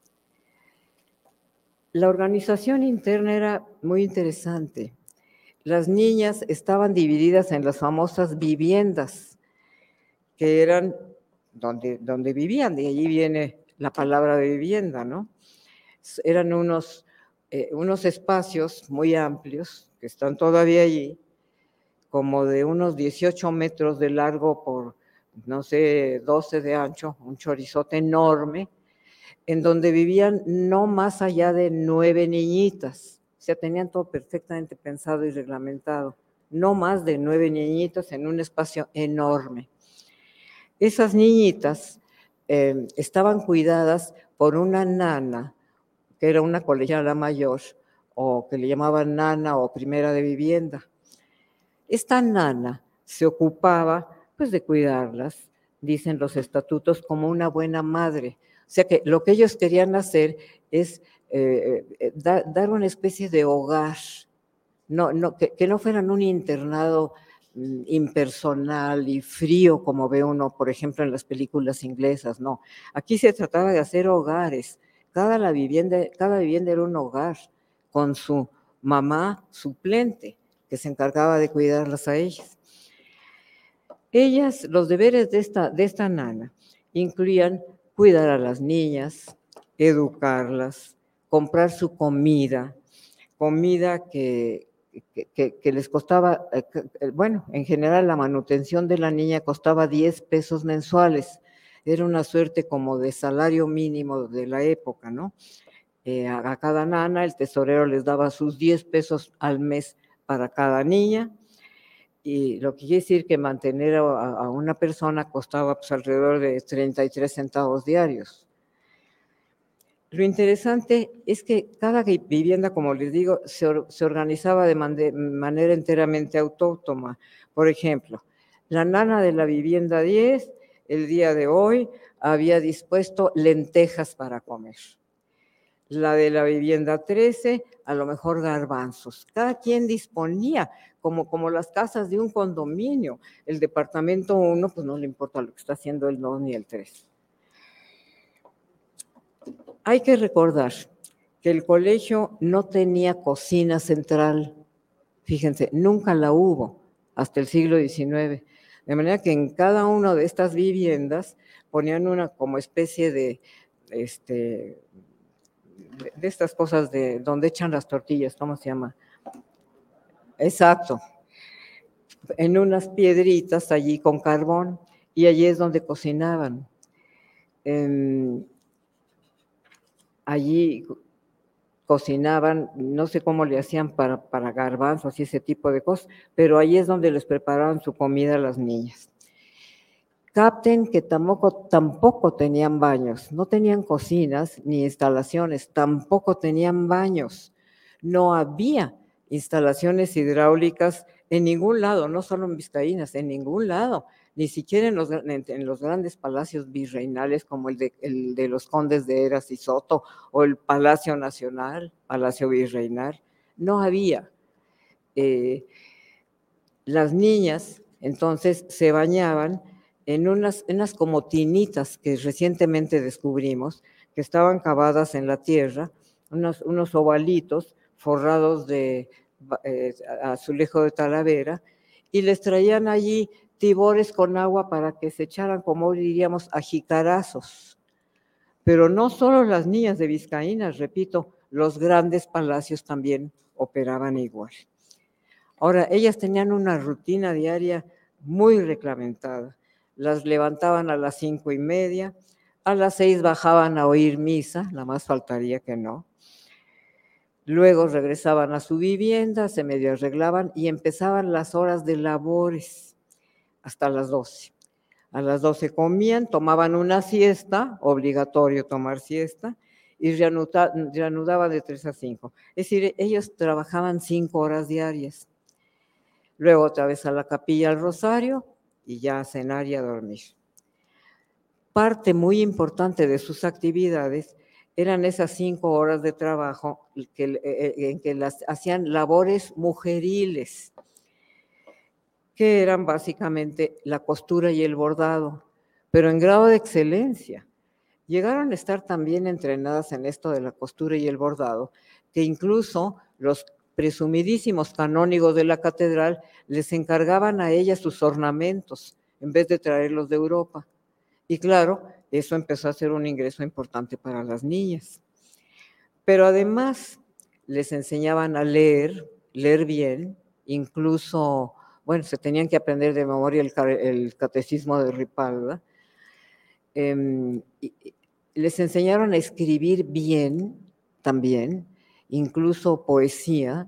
La organización interna era muy interesante. Las niñas estaban divididas en las famosas viviendas, que eran donde vivían, de allí viene la palabra de vivienda, ¿no? Eran unos espacios muy amplios, que están todavía allí, como de unos 18 metros de largo por, no sé, 12 de ancho, un chorizote enorme, en donde vivían no más allá de 9 niñitas. O sea, tenían todo perfectamente pensado y reglamentado. No más de 9 niñitas en un espacio enorme. Esas niñitas estaban cuidadas por una nana, que era una colegiala mayor, o que le llamaban nana o primera de vivienda. Esta nana se ocupaba, pues, de cuidarlas, dicen los estatutos, como una buena madre. O sea que lo que ellos querían hacer es dar una especie de hogar, que no fueran un internado impersonal y frío como ve uno, por ejemplo, en las películas inglesas, no. Aquí se trataba de hacer hogares. Cada vivienda era un hogar con su mamá suplente que se encargaba de cuidarlas a ellas. Los deberes de esta nana incluían cuidar a las niñas, educarlas, comprar su comida que les costaba, bueno, en general la manutención de la niña costaba 10 pesos mensuales. Era una suerte como de salario mínimo de la época, ¿no? A cada nana el tesorero les daba sus 10 pesos al mes para cada niña, y lo que quiere decir que mantener a una persona costaba pues alrededor de 33 centavos diarios. Lo interesante es que cada vivienda, como les digo, se organizaba de manera enteramente autónoma. Por ejemplo, la nana de la vivienda 10, el día de hoy, había dispuesto lentejas para comer. La de la vivienda 13, a lo mejor garbanzos. Cada quien disponía, como las casas de un condominio. El departamento 1, pues no le importa lo que está haciendo el 2 ni el 3. Hay que recordar que el colegio no tenía cocina central. Fíjense, nunca la hubo hasta el siglo XIX. De manera que en cada una de estas viviendas ponían una como especie de estas cosas de donde echan las tortillas, ¿cómo se llama? Exacto. En unas piedritas allí con carbón, y allí es donde cocinaban. Allí cocinaban, no sé cómo le hacían para garbanzos y ese tipo de cosas, pero allí es donde les preparaban su comida a las niñas. Capten que tampoco tenían baños, no tenían cocinas ni instalaciones, tampoco tenían baños. No había instalaciones hidráulicas en ningún lado, no solo en Vizcaínas, en ningún lado, ni siquiera en los grandes palacios virreinales como el de los condes de Heras y Soto o el Palacio Nacional, Palacio Virreinal, no había. Las niñas entonces se bañaban en unas como tinitas que recientemente descubrimos, que estaban cavadas en la tierra, unos ovalitos forrados de azulejo de Talavera, y les traían allí tibores con agua para que se echaran, como diríamos, a jicarazos. Pero no solo las niñas de Vizcaínas, repito, los grandes palacios también operaban igual. Ahora, ellas tenían una rutina diaria muy reglamentada. Las levantaban a las 5:30, a las 6 bajaban a oír misa, nada más faltaría que no. Luego regresaban a su vivienda, se medio arreglaban y empezaban las horas de labores hasta las 12. A las 12 comían, tomaban una siesta, obligatorio tomar siesta, y reanudaban de 3 a 5. Es decir, ellos trabajaban 5 horas diarias. Luego otra vez a la capilla al rosario y ya a cenar y a dormir. Parte muy importante de sus actividades eran esas 5 horas de trabajo en que las hacían labores mujeriles, que eran básicamente la costura y el bordado, pero en grado de excelencia. Llegaron a estar también entrenadas en esto de la costura y el bordado, que incluso los presumidísimos canónigos de la catedral les encargaban a ellas sus ornamentos en vez de traerlos de Europa. Y claro, eso empezó a ser un ingreso importante para las niñas. Pero además les enseñaban a leer bien, incluso, bueno, se tenían que aprender de memoria el catecismo de Ripalda. Les enseñaron a escribir bien también, incluso poesía,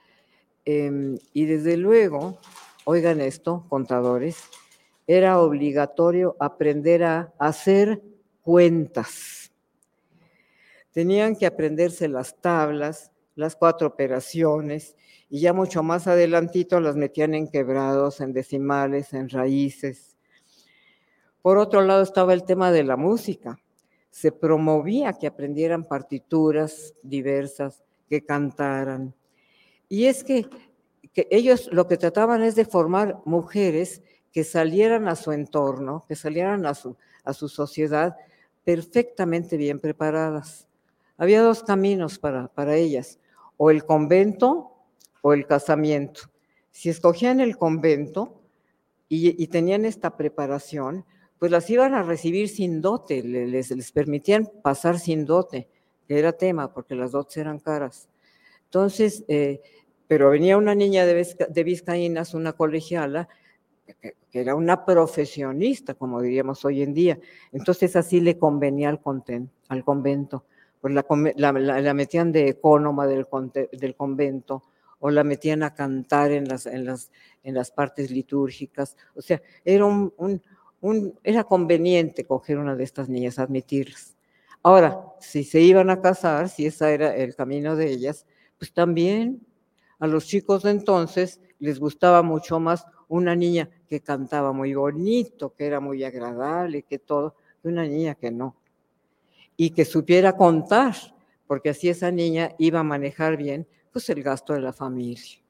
y desde luego, oigan esto, contadores, era obligatorio aprender a hacer cuentas. Tenían que aprenderse las tablas, las 4 operaciones, y ya mucho más adelantito las metían en quebrados, en decimales, en raíces. Por otro lado estaba el tema de la música. Se promovía que aprendieran partituras diversas, que cantaran. Y es que ellos lo que trataban es de formar mujeres que salieran a su entorno, que salieran a su sociedad perfectamente bien preparadas. Había 2 caminos para ellas, o el convento o el casamiento. Si escogían el convento y tenían esta preparación, pues las iban a recibir sin dote, les permitían pasar sin dote, que era tema, porque las dotes eran caras. Entonces, pero venía una niña de Vizcaínas, una colegiala, que era una profesionista, como diríamos hoy en día. Entonces así le convenía al convento. Pues la metían de ecónoma del convento, o la metían a cantar en las partes litúrgicas. O sea, era conveniente coger una de estas niñas, admitirlas. Ahora, si se iban a casar, si ese era el camino de ellas, pues también a los chicos de entonces les gustaba mucho más una niña que cantaba muy bonito, que era muy agradable, que todo, que una niña que no. Y que supiera contar, porque así esa niña iba a manejar bien pues el gasto de la familia.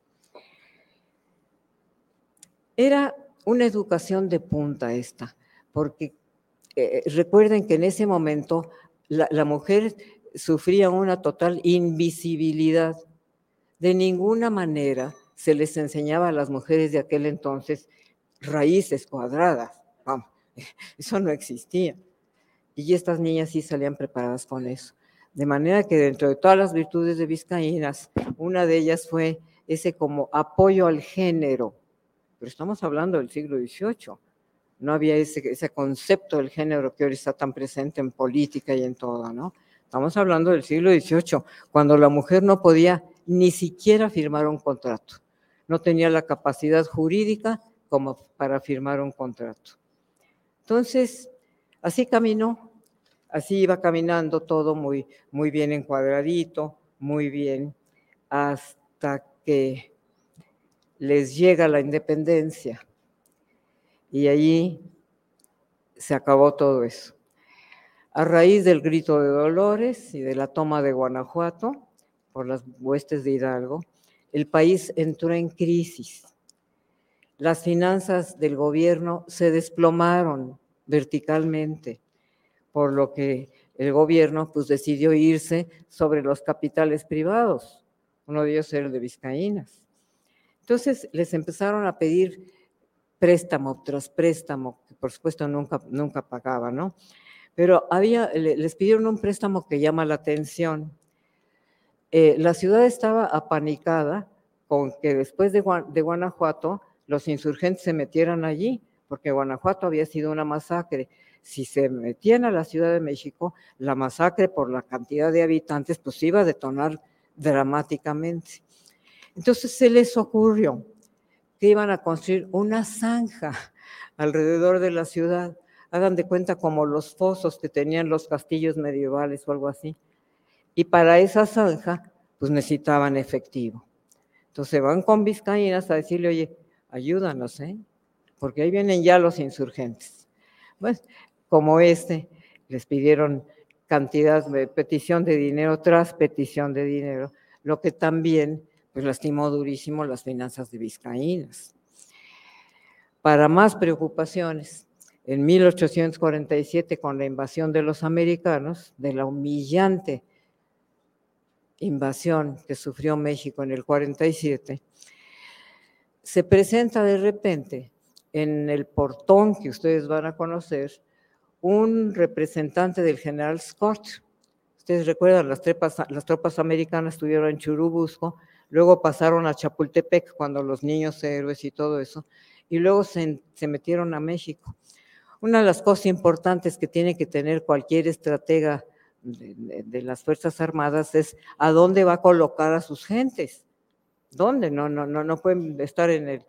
Era una educación de punta esta, porque recuerden que en ese momento la mujer sufría una total invisibilidad. De ninguna manera se les enseñaba a las mujeres de aquel entonces raíces cuadradas. Vamos, eso no existía. Y estas niñas sí salían preparadas con eso. De manera que dentro de todas las virtudes de Vizcaínas, una de ellas fue ese como apoyo al género. Pero estamos hablando del siglo XVIII. no había ese concepto del género que hoy está tan presente en política y en todo, ¿no? Estamos hablando del siglo XVIII, cuando la mujer no podía ni siquiera firmar un contrato, no tenía la capacidad jurídica como para firmar un contrato. Entonces, así caminó, así iba caminando todo muy, muy bien encuadradito, muy bien, hasta que les llega la independencia y allí se acabó todo eso. A raíz del grito de Dolores y de la toma de Guanajuato por las huestes de Hidalgo, el país entró en crisis. Las finanzas del gobierno se desplomaron verticalmente, por lo que el gobierno pues, decidió irse sobre los capitales privados. Uno de ellos era el de Vizcaínas. Entonces les empezaron a pedir préstamo tras préstamo, que por supuesto nunca pagaban, ¿no? Pero les pidieron un préstamo que llama la atención. La ciudad estaba apanicada con que después de Guanajuato los insurgentes se metieran allí, porque Guanajuato había sido una masacre. Si se metían a la Ciudad de México, la masacre por la cantidad de habitantes pues iba a detonar dramáticamente. Entonces se les ocurrió que iban a construir una zanja alrededor de la ciudad. Hagan de cuenta como los fosos que tenían los castillos medievales o algo así. Y para esa zanja, pues necesitaban efectivo. Entonces van con Vizcaínas a decirle, oye, ayúdanos, porque ahí vienen ya los insurgentes. Pues, como les pidieron petición de dinero tras petición de dinero, lo que también pues lastimó durísimo las finanzas de Vizcaínas. Para más preocupaciones, en 1847, con la invasión de los americanos, de la humillante invasión que sufrió México en el 47, se presenta de repente en el portón que ustedes van a conocer un representante del general Scott. Ustedes recuerdan, las tropas americanas estuvieron en Churubusco, luego pasaron a Chapultepec cuando los niños héroes y todo eso, y luego se metieron a México. Una de las cosas importantes que tiene que tener cualquier estratega de las Fuerzas Armadas es a dónde va a colocar a sus gentes. ¿Dónde? No pueden estar en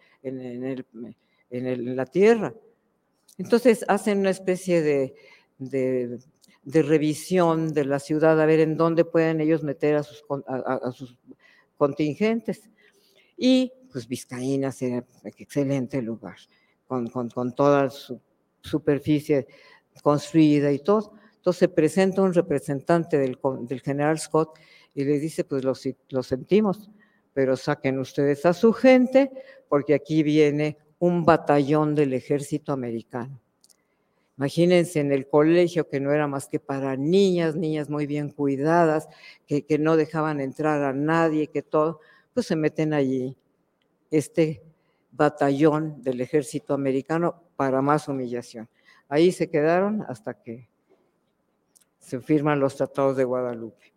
la tierra. Entonces hacen una especie de revisión de la ciudad, a ver en dónde pueden ellos meter a sus contingentes. Y pues Vizcaínas era un excelente lugar, con toda su superficie construida y todo. Entonces se presenta un representante del general Scott y le dice, pues lo sentimos, pero saquen ustedes a su gente porque aquí viene un batallón del ejército americano. Imagínense en el colegio que no era más que para niñas muy bien cuidadas, que no dejaban entrar a nadie, que todo, pues se meten allí este batallón del ejército americano para más humillación. Ahí se quedaron hasta que se firman los tratados de Guadalupe.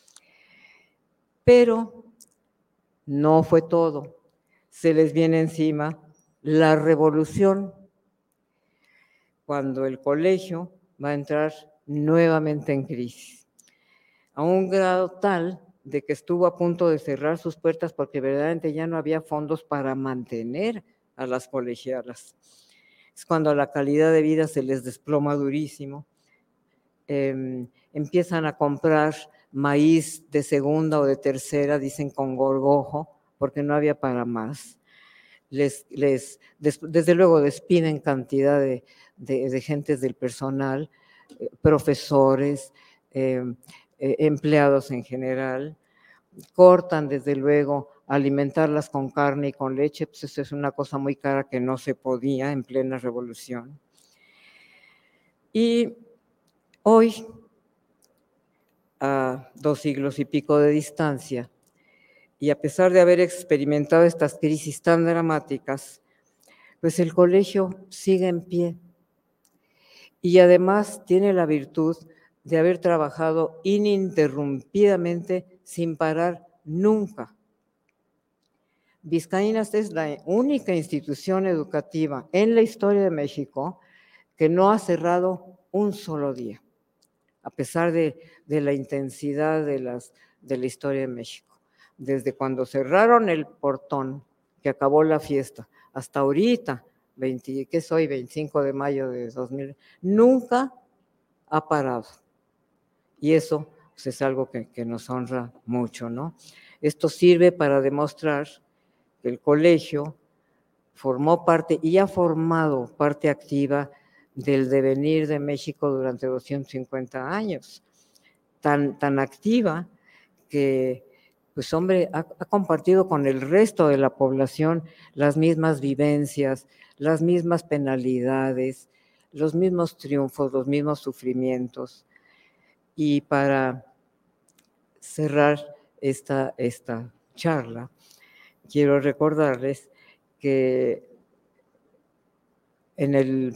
Pero no fue todo. Se les viene encima la revolución, cuando el colegio va a entrar nuevamente en crisis, a un grado tal de que estuvo a punto de cerrar sus puertas porque verdaderamente ya no había fondos para mantener a las colegialas. Es cuando la calidad de vida se les desploma durísimo. Empiezan a comprar maíz de segunda o de tercera, dicen con gorgojo, porque no había para más. Desde luego despiden cantidad de gentes del personal, profesores, empleados en general, cortan desde luego alimentarlas con carne y con leche, pues eso es una cosa muy cara que no se podía en plena revolución. Y hoy, a 2 siglos y pico de distancia, y a pesar de haber experimentado estas crisis tan dramáticas, pues el colegio sigue en pie y además tiene la virtud de haber trabajado ininterrumpidamente sin parar nunca. Vizcaínas es la única institución educativa en la historia de México que no ha cerrado un solo día, a pesar de la intensidad de la historia de México. Desde cuando cerraron el portón, que acabó la fiesta, hasta ahorita, 25 de mayo de 2000, nunca ha parado. Y eso pues, es algo que nos honra mucho, ¿no? Esto sirve para demostrar que el colegio formó parte y ha formado parte activa del devenir de México durante 250 años, tan activa que, pues hombre, ha compartido con el resto de la población las mismas vivencias, las mismas penalidades, los mismos triunfos, los mismos sufrimientos. Y para cerrar esta charla, quiero recordarles que en el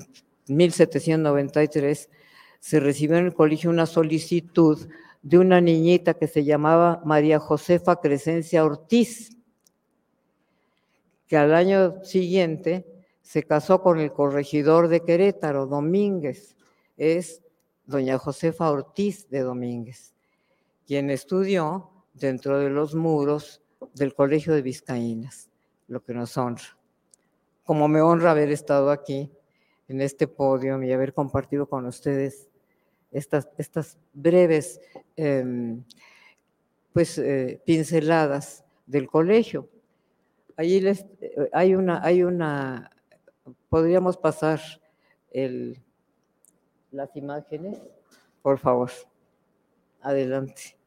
1793 se recibió en el colegio una solicitud de una niñita que se llamaba María Josefa Crescencia Ortiz, que al año siguiente se casó con el corregidor de Querétaro, Domínguez. Es doña Josefa Ortiz de Domínguez, quien estudió dentro de los muros del Colegio de Vizcaínas, lo que nos honra. Como me honra haber estado aquí en este podio y haber compartido con ustedes estas breves pinceladas del colegio. Allí hay una, podríamos pasar las imágenes, por favor. Adelante.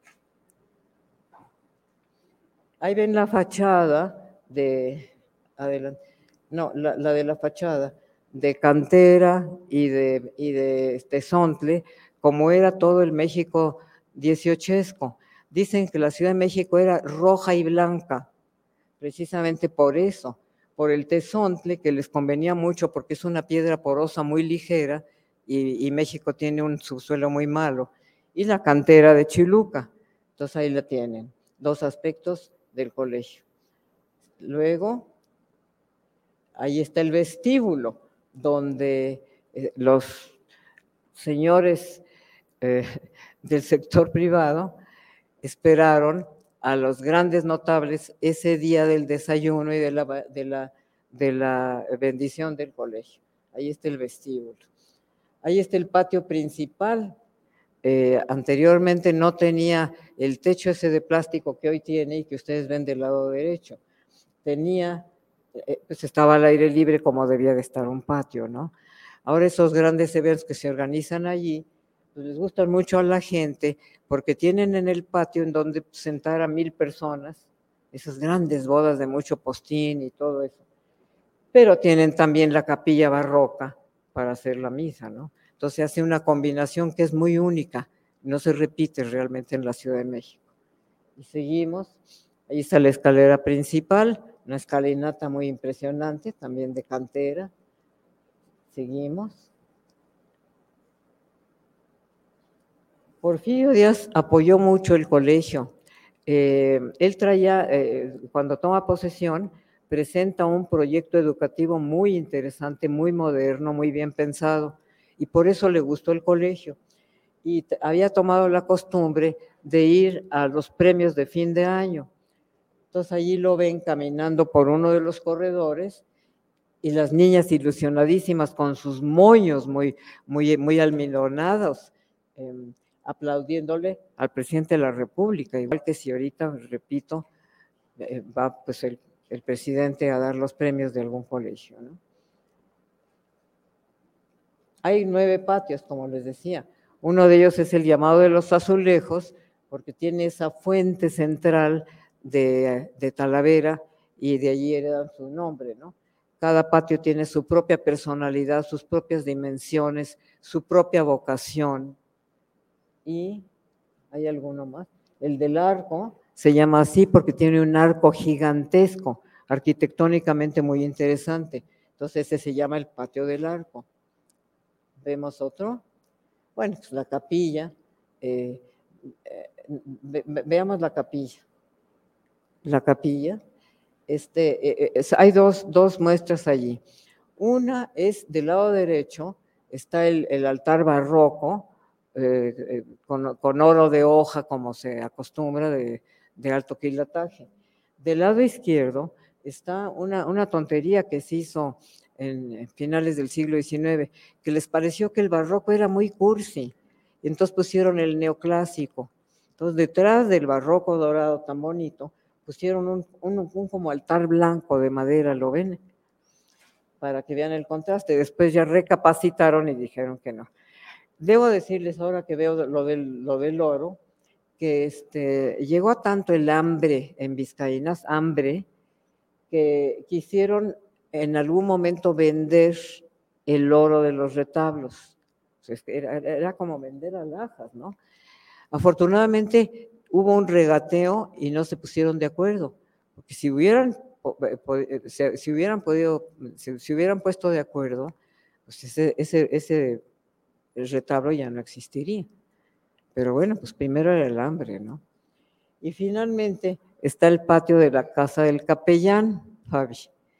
Ahí ven la fachada adelante. No, la de la fachada de cantera y de tezontle, como era todo el México dieciochesco. Dicen que la Ciudad de México era roja y blanca, precisamente por eso, por el tezontle, que les convenía mucho porque es una piedra porosa muy ligera y México tiene un subsuelo muy malo, y la cantera de Chiluca. Entonces ahí la tienen, dos aspectos del colegio. Luego, ahí está el vestíbulo, donde los señores del sector privado esperaron a los grandes notables ese día del desayuno y de la bendición del colegio. Ahí está el vestíbulo. Ahí está el patio principal. Anteriormente no tenía el techo ese de plástico que hoy tiene y que ustedes ven del lado derecho. Tenía, pues estaba al aire libre como debía de estar un patio, ¿no? Ahora esos grandes eventos que se organizan allí, pues les gustan mucho a la gente porque tienen en el patio en donde sentar a 1000 personas, esas grandes bodas de mucho postín y todo eso. Pero tienen también la capilla barroca para hacer la misa, ¿no? Entonces hace una combinación que es muy única, no se repite realmente en la Ciudad de México. Y seguimos, ahí está la escalera principal, una escalinata muy impresionante, también de cantera. Seguimos. Porfirio Díaz apoyó mucho el colegio. Él traía, cuando toma posesión, presenta un proyecto educativo muy interesante, muy moderno, muy bien pensado, y por eso le gustó el colegio. Y había tomado la costumbre de ir a los premios de fin de año. Entonces allí lo ven caminando por uno de los corredores y las niñas ilusionadísimas con sus moños muy almidonados, aplaudiéndole al presidente de la República, igual que si ahorita, repito, va pues el presidente a dar los premios de algún colegio, ¿no? Hay 9 patios, como les decía. Uno de ellos es el llamado de los Azulejos, porque tiene esa fuente central de Talavera y de allí heredan su nombre, ¿no? Cada patio tiene su propia personalidad, sus propias dimensiones, su propia vocación. Y hay alguno más. El del arco se llama así porque tiene un arco gigantesco, arquitectónicamente muy interesante. Entonces ese se llama el patio del arco. ¿Vemos otro? Bueno, pues la capilla. Veamos la capilla. La capilla. Hay dos muestras allí. Una es del lado derecho, está el altar barroco, con oro de hoja, como se acostumbra, de alto quilataje. Del lado izquierdo está una tontería que se hizo en finales del siglo XIX, que les pareció que el barroco era muy cursi, y entonces pusieron el neoclásico. Entonces, detrás del barroco dorado tan bonito, pusieron un como altar blanco de madera, ¿lo ven? Para que vean el contraste. Después ya recapacitaron y dijeron que no. Debo decirles ahora que veo lo del oro, que llegó a tanto el hambre en Vizcaínas, hambre, que quisieron en algún momento vender el oro de los retablos. Era como vender alhajas, ¿no? Afortunadamente hubo un regateo y no se pusieron de acuerdo, porque si hubieran puesto de acuerdo, pues ese retablo ya no existiría. Pero bueno, pues primero era el hambre, ¿no? Y finalmente está el patio de la casa del capellán, Fabi.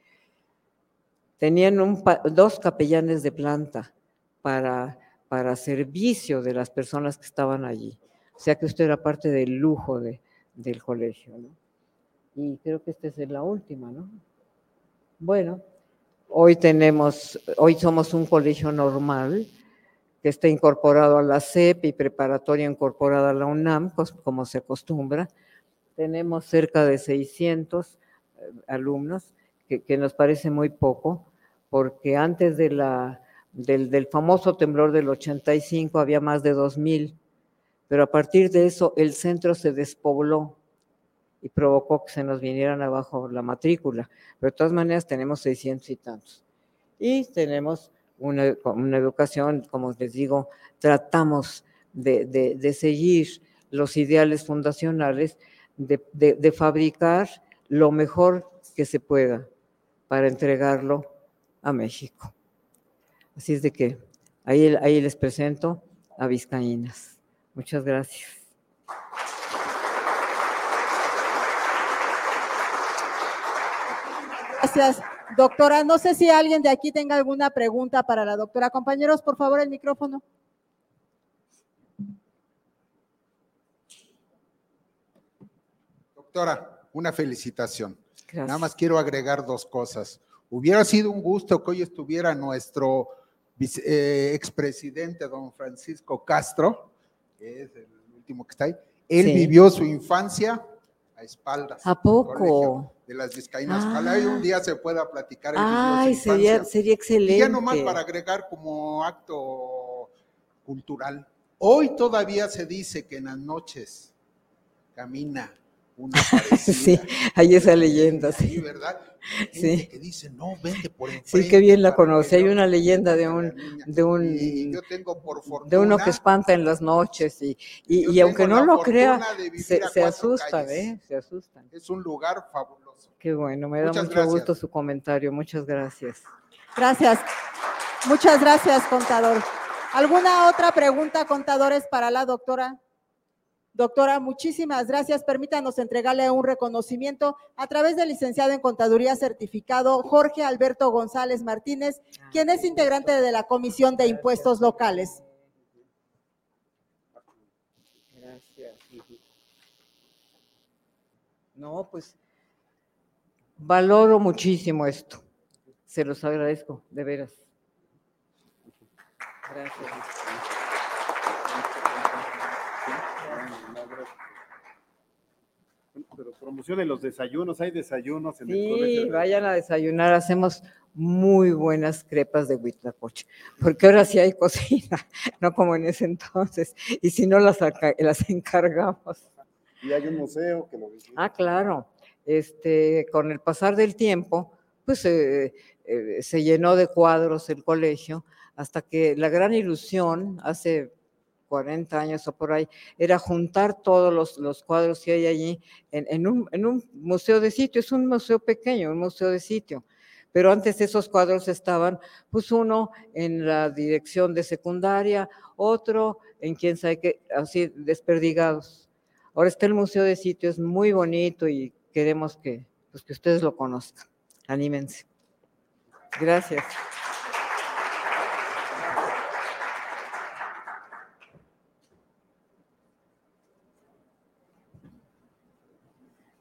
Tenían 2 capellanes de planta para servicio de las personas que estaban allí. O sea que esto era parte del lujo del colegio, ¿no? Y creo que esta es la última, ¿no? Bueno, hoy somos un colegio normal que está incorporado a la SEP y preparatoria incorporada a la UNAM, pues, como se acostumbra. Tenemos cerca de 600 alumnos, que nos parece muy poco, porque antes del famoso temblor del 85 había más de 2,000, pero a partir de eso el centro se despobló y provocó que se nos vinieran abajo la matrícula, pero de todas maneras tenemos 600 y tantos. Y tenemos una educación, como les digo, tratamos de seguir los ideales fundacionales, de fabricar lo mejor que se pueda para entregarlo a México. Así es de que ahí les presento a Vizcaínas. Muchas gracias. Gracias, doctora. No sé si alguien de aquí tenga alguna pregunta para la doctora. Compañeros, por favor, el micrófono. Doctora, una felicitación. Gracias. Nada más quiero agregar 2 cosas. Hubiera sido un gusto que hoy estuviera nuestro expresidente, don Francisco Castro, que es el último que está ahí. Él vivió su infancia a espaldas. ¿A poco? De las Vizcaínas. Ojalá y un día se pueda platicar. Ay, sería excelente. Y ya nomás para agregar como acto cultural. Hoy todavía se dice que en las noches camina una parecida. Sí, hay esa leyenda, sí. ¿Verdad? Sí. Que dice, no, vente por enfrente. Sí, qué bien la conocí. Hay una leyenda de yo tengo por fortuna, de uno que espanta en las noches y aunque no lo crea, se asustan, se asustan. Es un lugar fabuloso. Qué bueno, me da mucho gusto su comentario. Muchas gracias. Gracias. Muchas gracias, contador. ¿Alguna otra pregunta, contadores, para la doctora? Doctora, muchísimas gracias. Permítanos entregarle un reconocimiento a través del licenciado en Contaduría certificado Jorge Alberto González Martínez, quien es integrante de la Comisión de Impuestos Locales. Gracias. No, pues valoro muchísimo esto. Se los agradezco, de veras. Gracias. Pero promocionen los desayunos, hay desayunos en el colegio. Sí, vayan a desayunar, hacemos muy buenas crepas de huitlacoche, porque ahora sí hay cocina, no como en ese entonces, y si no las encargamos. Y hay un museo que lo visita. Ah, claro, con el pasar del tiempo, pues se llenó de cuadros el colegio, hasta que la gran ilusión, hace 40 años o por ahí, era juntar todos los cuadros que hay allí en un museo de sitio. Es un museo pequeño, un museo de sitio, pero antes esos cuadros estaban, pues uno en la dirección de secundaria, otro en quién sabe qué, así desperdigados. Ahora está el museo de sitio, es muy bonito y queremos que ustedes lo conozcan. Anímense. Gracias.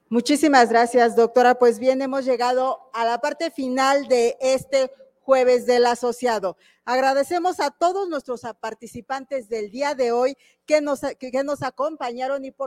Muchísimas gracias, doctora. Pues bien, hemos llegado a la parte final de este Jueves del Asociado. Agradecemos a todos nuestros participantes del día de hoy que nos acompañaron y por